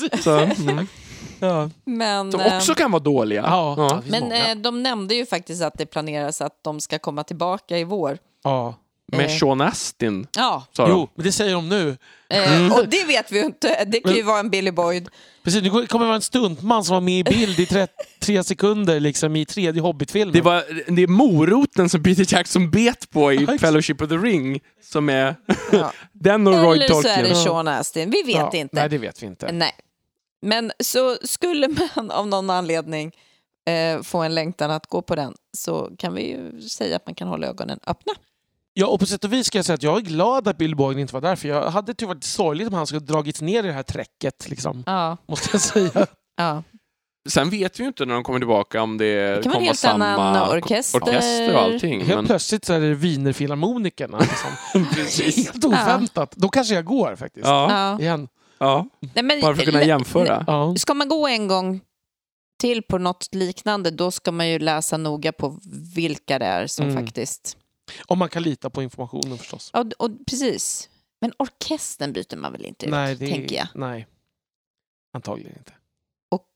som också kan vara dåliga. Ja. Men de nämnde ju faktiskt att det planeras att de ska komma tillbaka i vår. Ja. Med Sean Astin. Ja. Sa de. Jo, men det säger de nu. Och det vet vi ju inte. Det kan ju vara en Billy Boyd. Precis, det kommer vara en stuntman som var med i bild i 3 sekunder liksom, i 3:e Hobbit-filmen. Det är moroten som Peter Jackson bet på i Fellowship of the Ring som är den och Roy Eller så Tolkien. är det Sean Astin. Vi vet inte. Nej, det vet vi inte. Nej. Men så skulle man av någon anledning få en längtan att gå på den, så kan vi ju säga att man kan hålla ögonen öppna. Ja, och på sätt och vis ska jag säga att jag är glad att Bill Boyd inte var där, för jag hade tyvärr varit sorgligt om han skulle dragits ner i det här träcket, liksom. Ja. Måste jag säga. Ja. Sen vet vi ju inte när de kommer tillbaka om det kan vara kommer helt samma annan orkester och allting. Helt plötsligt så är det Wienerfilharmonikerna. Liksom. Precis. Helt oväntat. Då kanske jag går faktiskt. Ja. Igen. Ja. Nej, men, Bara för att kunna jämföra. Ja. Ska man gå en gång till på något liknande, då ska man ju läsa noga på vilka det är som faktiskt... Om man kan lita på informationen förstås. Och precis. Men orkestern byter man väl inte ut, tänker jag. Nej, antagligen inte.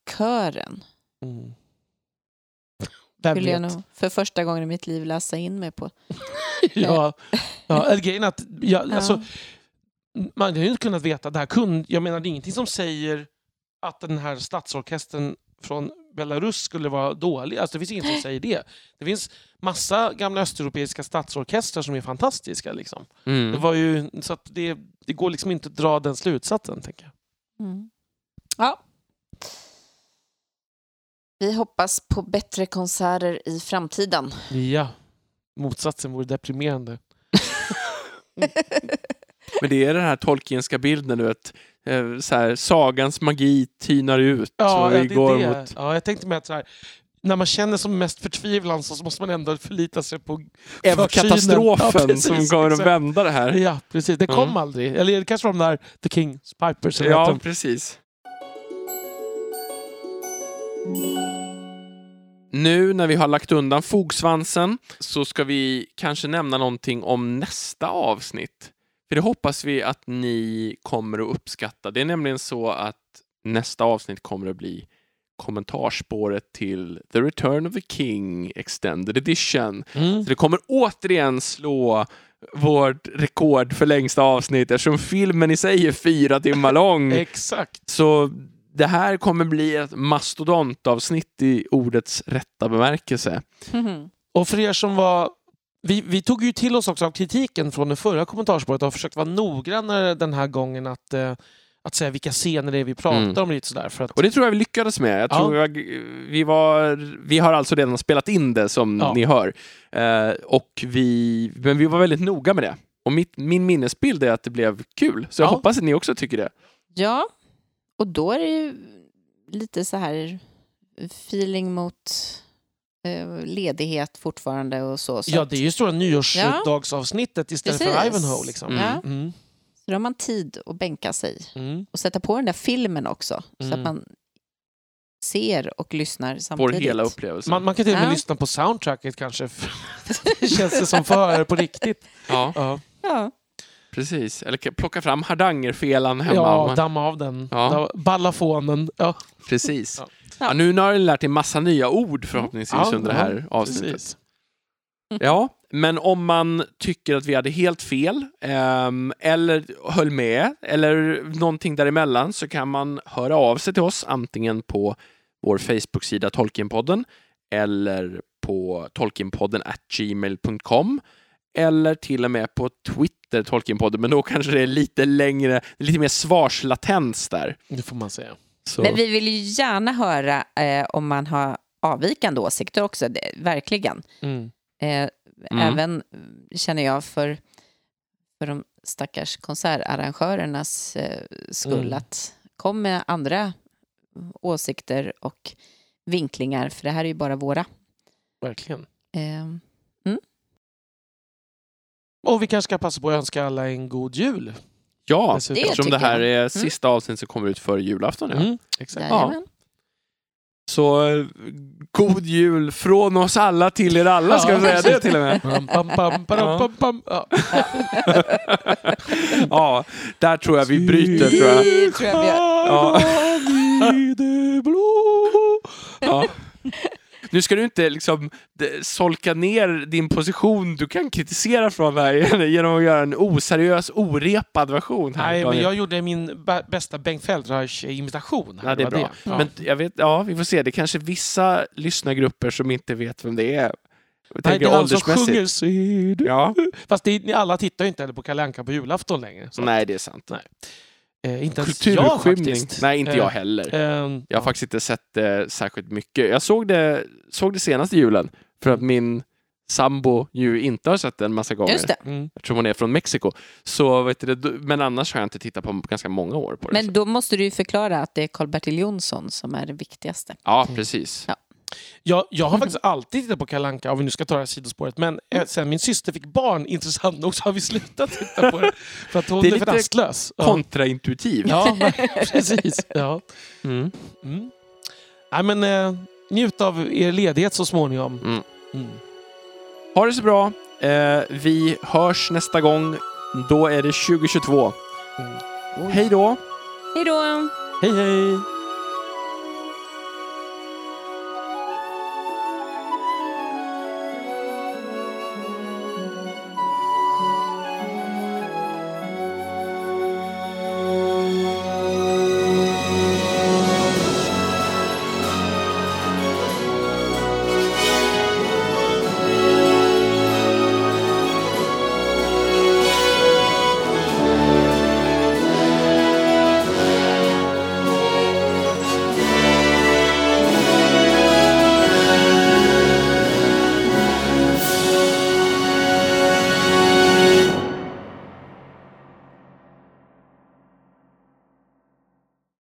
kören. Vem Skulle jag vet? nog för första gången i mitt liv läsa in mig på. Ja, grejen att alltså, man hade ju inte kunnat veta det här. Jag menar, det är ingenting som säger att den här statsorkestern från Belarus skulle vara dålig. Alltså, det finns inget som säger det. Det finns massa gamla östeuropeiska statsorkestrar som är fantastiska. Liksom. Det var ju, så att det går liksom inte att dra den slutsatsen, tänker jag. Ja. Vi hoppas på bättre konserter i framtiden. Ja, motsatsen vore deprimerande. Men det är den här tolkienska bilden, du vet. Så här, sagans magi tynar ut. Ja, och vi det går är det. mot Ja, jag tänkte mig att så här, när man känner som mest förtvivlan så måste man ändå förlita sig på katastrofen Ja, precis, som kommer att exakt. vända det här. Ja, precis. Det kom aldrig. Eller det kanske var de där The King's Pipers. Eller Ja, vad de- precis. Nu när vi har lagt undan fogsvansen så ska vi kanske nämna någonting om nästa avsnitt. För det hoppas vi att ni kommer att uppskatta. Det är nämligen så att nästa avsnitt kommer att bli kommentarspåret till The Return of the King Extended Edition. Så det kommer återigen slå vårt rekord för längsta avsnitt eftersom filmen i sig är 4 timmar lång. Exakt. Så det här kommer bli ett mastodontavsnitt i ordets rätta bemärkelse. Och för er som var... Vi tog ju till oss också av kritiken från det förra kommentarspåret och försökt vara noggrannare den här gången att säga vilka scener det är vi pratar om lite sådär. För att... Och det tror jag vi lyckades med. Jag tror vi har alltså redan spelat in det som ni hör. Men vi var väldigt noga med det. Och min minnesbild är att det blev kul. Så jag hoppas att ni också tycker det. Ja, och då är det ju lite så här feeling mot ledighet fortfarande och så. Ja, det är ju stora nyårsdagsavsnittet istället för Ivanhoe. Liksom. Ja. Så då har man tid att bänka sig och sätta på den där filmen också. Så att man ser och lyssnar samtidigt. Får hela upplevelsen. Man kan till och med lyssna på soundtracket kanske. Det känns det som förare på riktigt. Ja. Precis. Eller plocka fram hardangerfelan hemma. Ja, damma av den. Ja. Ballafonen. Ja. Precis. Ja, nu har ni lärt er massa nya ord förhoppningsvis under det här avsnittet. Precis. Ja, men om man tycker att vi hade helt fel eller höll med eller någonting däremellan så kan man höra av sig till oss antingen på vår Facebook-sida Tolkienpodden eller på tolkienpodden@gmail.com eller till och med på Twitter Tolkienpodden, men då kanske det är lite längre, lite mer svarslatens där. Det får man säga. Så. Men vi vill ju gärna höra om man har avvikande åsikter också, verkligen. Även känner jag för de stackars konsertarrangörernas skull att kom med andra åsikter och vinklingar, för det här är ju bara våra. Verkligen. Och vi kanske ska passa på att önska alla en god jul. Ja, eftersom det här är sista avsnitt som kommer ut för julafton. Ja. Exakt. Ja. Så god jul från oss alla till er alla, ska vi säga det till och med. Ja, där tror jag vi bryter, tror jag. Tror jag vi Ja. Nu ska du inte liksom solka ner din position du kan kritisera från här genom att göra en oseriös, orepad version. Här. Nej, men jag gjorde min bästa Bengt Feldreich-imitation. Ja, det är bra. Det. Ja. Men jag vet, vi får se. Det är kanske vissa lyssnargrupper som inte vet vem det är. Nej, det är han som sjunger Sid. Ja. Fast alla tittar ju inte heller på Kalle Anka på julafton längre. Så. Nej, det är sant. Nej. Inte ens jag faktiskt. Nej, inte jag heller. Jag har faktiskt inte sett det särskilt mycket. Jag såg det senaste julen för att min sambo ju inte har sett det en massa gånger. Just det. Eftersom hon är från Mexiko. Så men annars har jag inte tittat på ganska många år på det. Men då måste du ju förklara att det är Karl-Bertil Jonsson som är det viktigaste. Ja, precis. Ja. Jag har faktiskt alltid tittat på Kalle Anka, om vi nu ska ta det här sidospåret. Men sen min syster fick barn, intressant nog, så har vi slutat titta på det. För att hon är för rastlös. Kontraintuitivt. Ja, precis. Ja. Nej, men njut av er ledighet så småningom. Ha det så bra. Vi hörs nästa gång. Då är det 2022. Hej då! Hej då! Hej, hej!